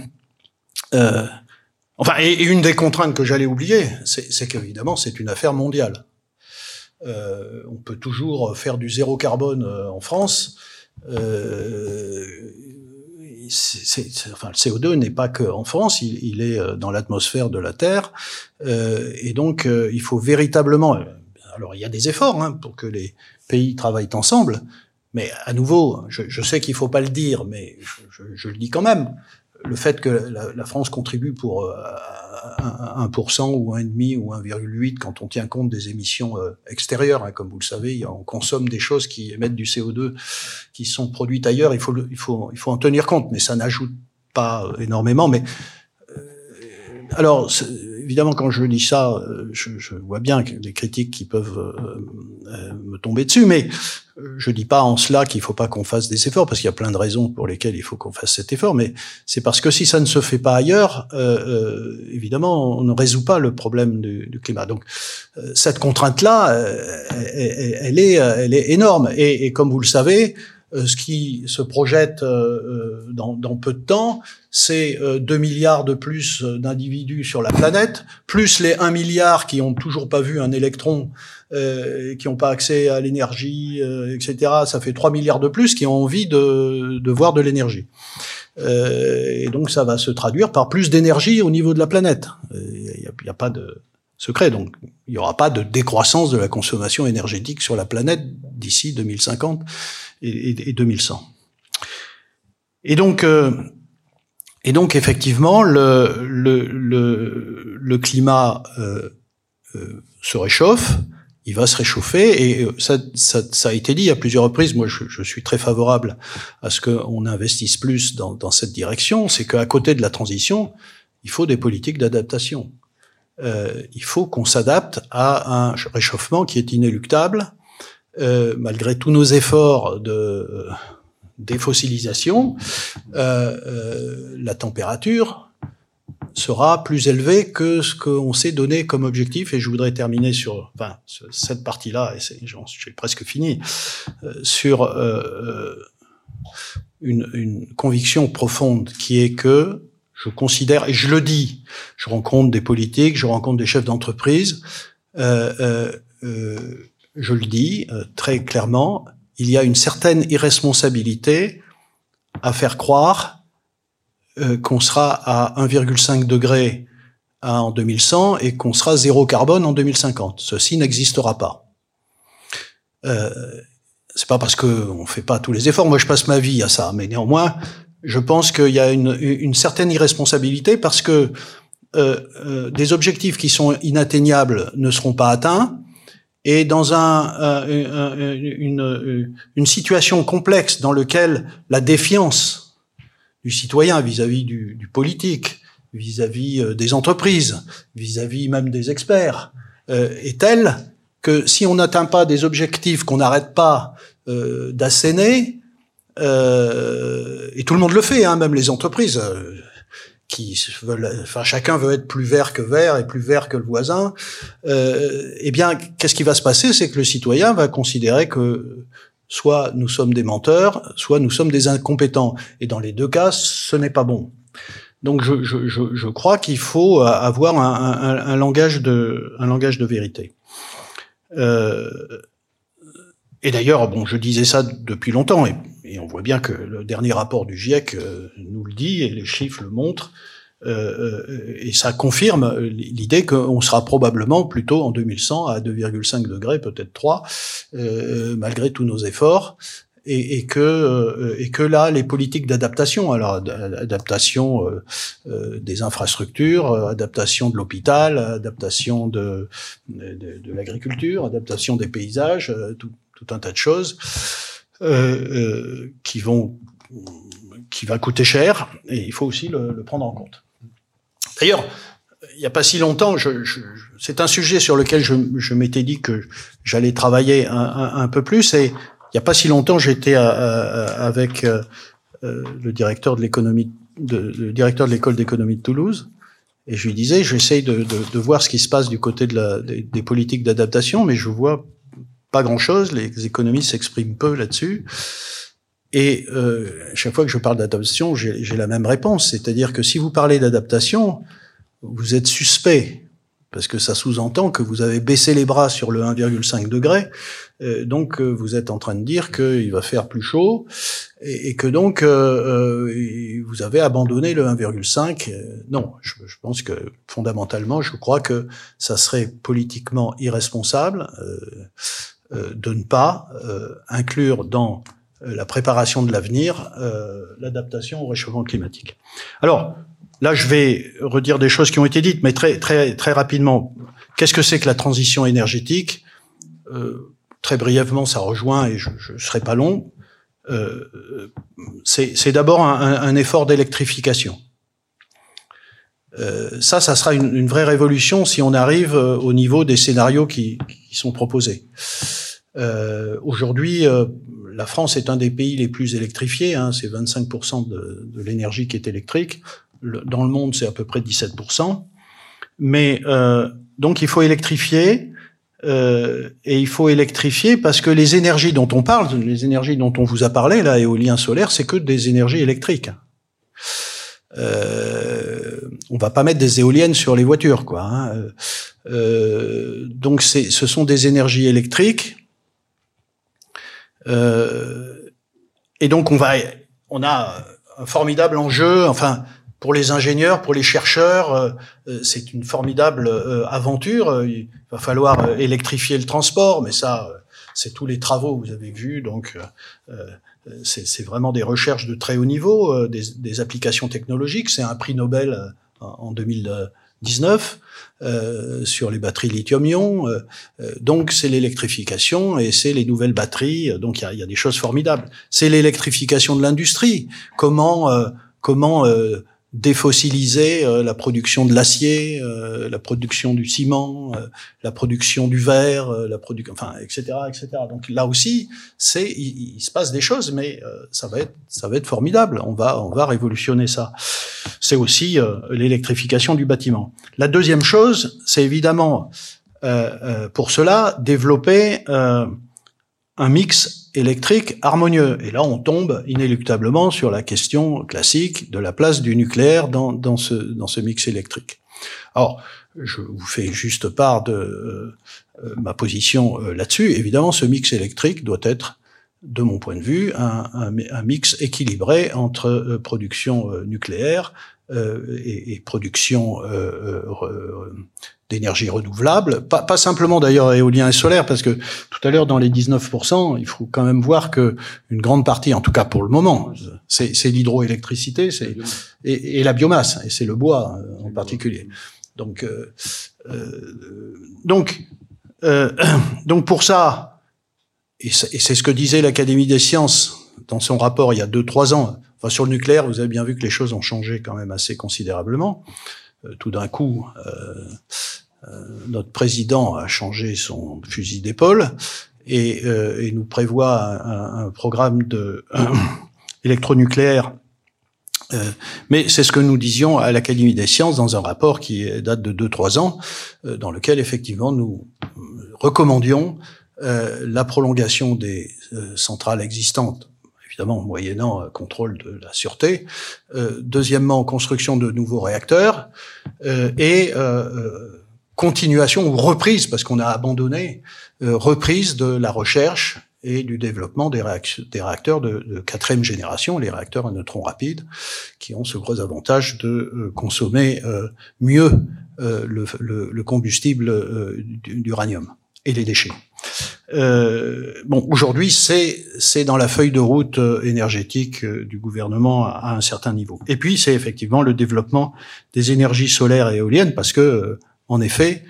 et une des contraintes que j'allais oublier, c'est qu'évidemment c'est une affaire mondiale. On peut toujours faire du zéro carbone en France. enfin, le CO2 n'est pas que en France, il est dans l'atmosphère de la Terre, et donc il faut véritablement. Alors il y a des efforts pour que les pays travaillent ensemble, mais à nouveau, je sais qu'il faut pas le dire, mais je le dis quand même. Le fait que la France contribue pour 1% ou 1,5 ou 1,8 quand on tient compte des émissions extérieures, comme vous le savez, on consomme des choses qui émettent du CO2 qui sont produites ailleurs, il faut en tenir compte, mais ça n'ajoute pas énormément. Mais alors, évidemment, quand je dis ça, je vois bien les critiques qui peuvent me tomber dessus, mais je dis pas en cela qu'il faut pas qu'on fasse des efforts, parce qu'il y a plein de raisons pour lesquelles il faut qu'on fasse cet effort, mais c'est parce que si ça ne se fait pas ailleurs, évidemment, on ne résout pas le problème du climat. Donc, cette contrainte-là, elle est énorme. Et comme vous le savez, ce qui se projette dans peu de temps, c'est 2 milliards de plus d'individus sur la planète, plus les 1 milliard qui ont toujours pas vu un électron, qui n'ont pas accès à l'énergie, etc. Ça fait 3 milliards de plus qui ont envie de voir de l'énergie. Et donc ça va se traduire par plus d'énergie au niveau de la planète. Il n'y a pas de secret, donc il n'y aura pas de décroissance de la consommation énergétique sur la planète d'ici 2050 et 2100. Et donc effectivement, le climat se réchauffe, il va se réchauffer, et ça a été dit à plusieurs reprises. Moi, je suis très favorable à ce qu'on investisse plus dans cette direction. C'est qu'à côté de la transition, il faut des politiques d'adaptation. Il faut qu'on s'adapte à un réchauffement qui est inéluctable, malgré tous nos efforts de défossilisation. La température sera plus élevée que ce qu'on s'est donné comme objectif, et je voudrais terminer sur cette partie-là, et j'ai presque fini, sur une conviction profonde qui est que je considère, et je le dis, je rencontre des politiques, je rencontre des chefs d'entreprise, je le dis très clairement, il y a une certaine irresponsabilité à faire croire qu'on sera à 1,5 degré en 2100 et qu'on sera zéro carbone en 2050. Ceci n'existera pas. C'est pas parce qu'on fait pas tous les efforts. Moi, je passe ma vie à ça, mais néanmoins, je pense qu'il y a une certaine irresponsabilité parce que des objectifs qui sont inatteignables ne seront pas atteints. Et dans une situation complexe dans laquelle la défiance du citoyen vis-à-vis du politique, vis-à-vis des entreprises, vis-à-vis même des experts, est telle que si on n'atteint pas des objectifs qu'on n'arrête pas d'asséner, et tout le monde le fait, même les entreprises qui veulent, chacun veut être plus vert que vert et plus vert que le voisin. Eh bien, qu'est-ce qui va se passer? C'est que le citoyen va considérer que soit nous sommes des menteurs, soit nous sommes des incompétents. Et dans les deux cas, ce n'est pas bon. Donc, je crois qu'il faut avoir un langage de vérité. Et d'ailleurs, je disais ça depuis longtemps, et on voit bien que le dernier rapport du GIEC nous le dit, et les chiffres le montrent, et ça confirme l'idée qu'on sera probablement plutôt en 2100 à 2,5 degrés, peut-être 3, malgré tous nos efforts, et que là, les politiques d'adaptation, alors adaptation des infrastructures, adaptation de l'hôpital, adaptation de l'agriculture, adaptation des paysages, tout un tas de choses qui va coûter cher, et il faut aussi le prendre en compte. D'ailleurs, il n'y a pas si longtemps, c'est un sujet sur lequel je m'étais dit que j'allais travailler un peu plus, et il n'y a pas si longtemps, j'étais avec le directeur de l'économie, le directeur de l'école d'économie de Toulouse, et je lui disais, j'essaye de voir ce qui se passe du côté des politiques d'adaptation, mais je vois pas grand-chose, les économistes s'expriment peu là-dessus. Et chaque fois que je parle d'adaptation, j'ai la même réponse, c'est-à-dire que si vous parlez d'adaptation, vous êtes suspect, parce que ça sous-entend que vous avez baissé les bras sur le 1,5 degré, donc vous êtes en train de dire qu'il va faire plus chaud, et que donc vous avez abandonné le 1,5. Non, je pense que fondamentalement, je crois que ça serait politiquement irresponsable de ne pas inclure dans la préparation de l'avenir l'adaptation au réchauffement climatique. Alors, là, je vais redire des choses qui ont été dites, mais très rapidement. Qu'est-ce que c'est que la transition énergétique ? Très brièvement, ça rejoint, et je serai pas long. C'est d'abord un effort d'électrification. Ça sera une vraie révolution si on arrive au niveau des scénarios qui sont proposés. Aujourd'hui, la France est un des pays les plus électrifiés. Hein, c'est 25% de l'énergie qui est électrique. Dans le monde, c'est à peu près 17%. Mais donc, il faut électrifier. Et il faut électrifier parce que les énergies dont on parle, les énergies dont on vous a parlé, là, éolien, solaire, c'est que des énergies électriques. On va pas mettre des éoliennes sur les voitures, quoi. Hein. Donc, ce sont des énergies électriques. Et donc, on a un formidable enjeu, enfin, pour les ingénieurs, pour les chercheurs, c'est une formidable aventure. Il va falloir électrifier le transport, mais ça, c'est tous les travaux que vous avez vus. Donc, c'est vraiment des recherches de très haut niveau, des applications technologiques. C'est un prix Nobel en 2019 sur les batteries lithium-ion. Donc, c'est l'électrification et c'est les nouvelles batteries. Donc, il y a des choses formidables. C'est l'électrification de l'industrie. Comment défossiliser la production de l'acier, la production du ciment, la production du verre, etc., etc. Donc là aussi, il se passe des choses, mais ça va être formidable. On va révolutionner ça. C'est aussi l'électrification du bâtiment. La deuxième chose, c'est évidemment pour cela développer un mix électrique harmonieux. Et là, on tombe inéluctablement sur la question classique de la place du nucléaire dans ce mix électrique. Alors, je vous fais juste part de ma position là-dessus. Évidemment, ce mix électrique doit être, de mon point de vue, un mix équilibré entre production nucléaire et production d'énergie renouvelable, pas simplement d'ailleurs éolien et solaire, parce que tout à l'heure dans les 19%, il faut quand même voir que une grande partie, en tout cas pour le moment, c'est l'hydroélectricité, et la biomasse, et c'est le bois en particulier. Donc pour ça, et c'est ce que disait l'Académie des sciences dans son rapport il y a 2-3 ans. Enfin, sur le nucléaire, vous avez bien vu que les choses ont changé quand même assez considérablement. Tout d'un coup, notre président a changé son fusil d'épaule et nous prévoit un programme de électronucléaire. Mais c'est ce que nous disions à l'Académie des sciences dans un rapport qui date de 2-3 ans, dans lequel effectivement nous recommandions la prolongation des centrales existantes, évidemment moyennant contrôle de la sûreté. Deuxièmement, construction de nouveaux réacteurs et continuation ou reprise, parce qu'on a abandonné, reprise de la recherche et du développement des réacteurs de 4e génération, les réacteurs à neutrons rapides, qui ont ce gros avantage de consommer mieux le combustible d'uranium et les déchets. Aujourd'hui, c'est dans la feuille de route énergétique du gouvernement à un certain niveau. Et puis, c'est effectivement le développement des énergies solaires et éoliennes, parce que, en effet,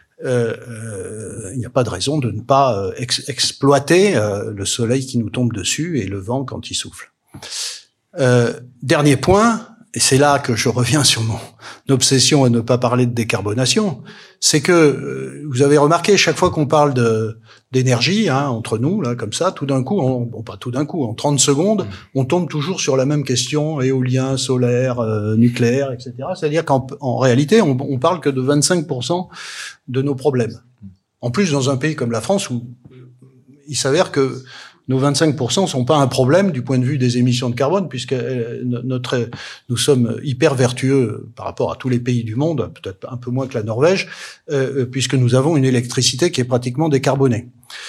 il n'y a pas de raison de ne pas exploiter le soleil qui nous tombe dessus et le vent quand il souffle. Dernier point, et c'est là que je reviens sur mon obsession à ne pas parler de décarbonation, c'est que vous avez remarqué, chaque fois qu'on parle d'énergie, entre nous, là, comme ça, tout d'un coup, pas tout d'un coup, en 30 secondes, on tombe toujours sur la même question, éolien, solaire, nucléaire, etc. C'est-à-dire qu'en réalité, on parle que de 25% de nos problèmes. En plus, dans un pays comme la France, où il s'avère que nos 25% sont pas un problème du point de vue des émissions de carbone, puisque nous sommes hyper vertueux par rapport à tous les pays du monde, peut-être un peu moins que la Norvège, puisque nous avons une électricité qui est pratiquement décarbonée.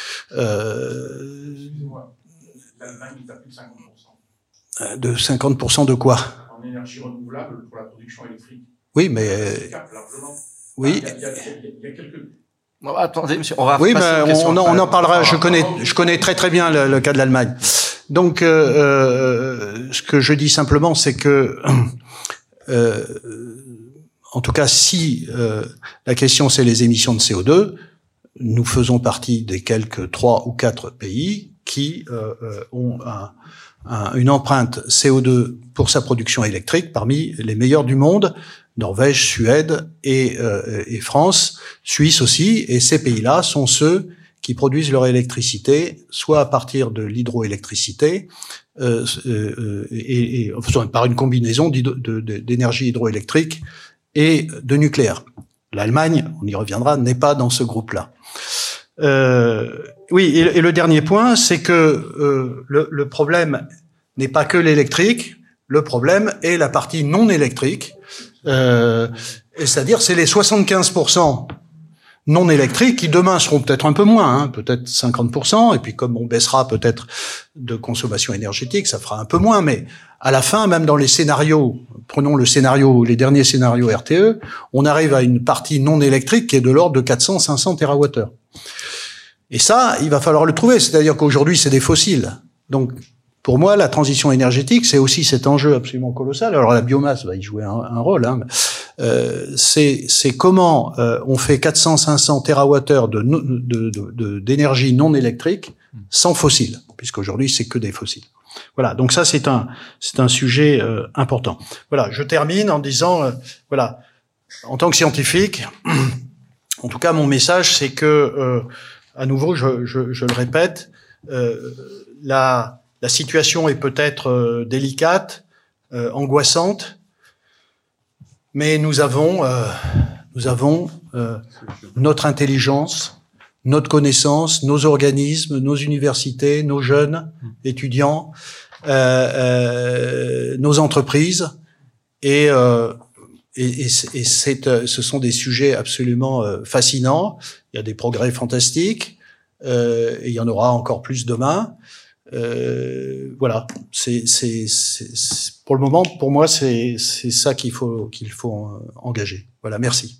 L'Allemagne est à plus de 50%. De 50% de quoi? En énergie renouvelable pour la production électrique. Oui, mais Largement. oui. Il y a quelques... Bon, attendez, monsieur, on va Oui, passer aux mais questions. on en parlera. Je connais très bien le cas de l'Allemagne. Donc, ce que je dis simplement, c'est que, en tout cas, si la question c'est les émissions de CO2, nous faisons partie des quelques 3 ou 4 pays qui ont une empreinte CO2 pour sa production électrique parmi les meilleurs du monde. Norvège, Suède et France, Suisse aussi, et ces pays-là sont ceux qui produisent leur électricité, soit à partir de l'hydroélectricité, enfin, par une combinaison d'énergie hydroélectrique et de nucléaire. L'Allemagne, on y reviendra, n'est pas dans ce groupe-là. Oui, et le dernier point, c'est que le problème n'est pas que l'électrique, le problème est la partie non électrique. C'est-à-dire c'est les 75% non électriques qui demain seront peut-être un peu moins, peut-être 50%, et puis comme on baissera peut-être de consommation énergétique, ça fera un peu moins, mais à la fin, même dans les scénarios, prenons les derniers scénarios RTE, on arrive à une partie non électrique qui est de l'ordre de 400-500 TWh. Et ça, il va falloir le trouver, c'est-à-dire qu'aujourd'hui c'est des fossiles. Donc, pour moi, la transition énergétique, c'est aussi cet enjeu absolument colossal. Alors la biomasse va y jouer un rôle. C'est comment on fait 400-500 TWh d'énergie non électrique sans fossiles, puisqu'aujourd'hui c'est que des fossiles. Voilà. Donc ça, c'est un sujet important. Voilà. Je termine en disant, voilà, en tant que scientifique, en tout cas, mon message, c'est que, à nouveau, je le répète, la situation est peut-être délicate, angoissante, mais nous avons notre intelligence, notre connaissance, nos organismes, nos universités, nos jeunes étudiants, nos entreprises, et ce sont des sujets absolument fascinants. Il y a des progrès fantastiques, et il y en aura encore plus demain. Voilà, c'est pour le moment, pour moi, c'est ça qu'il faut engager. Voilà, merci.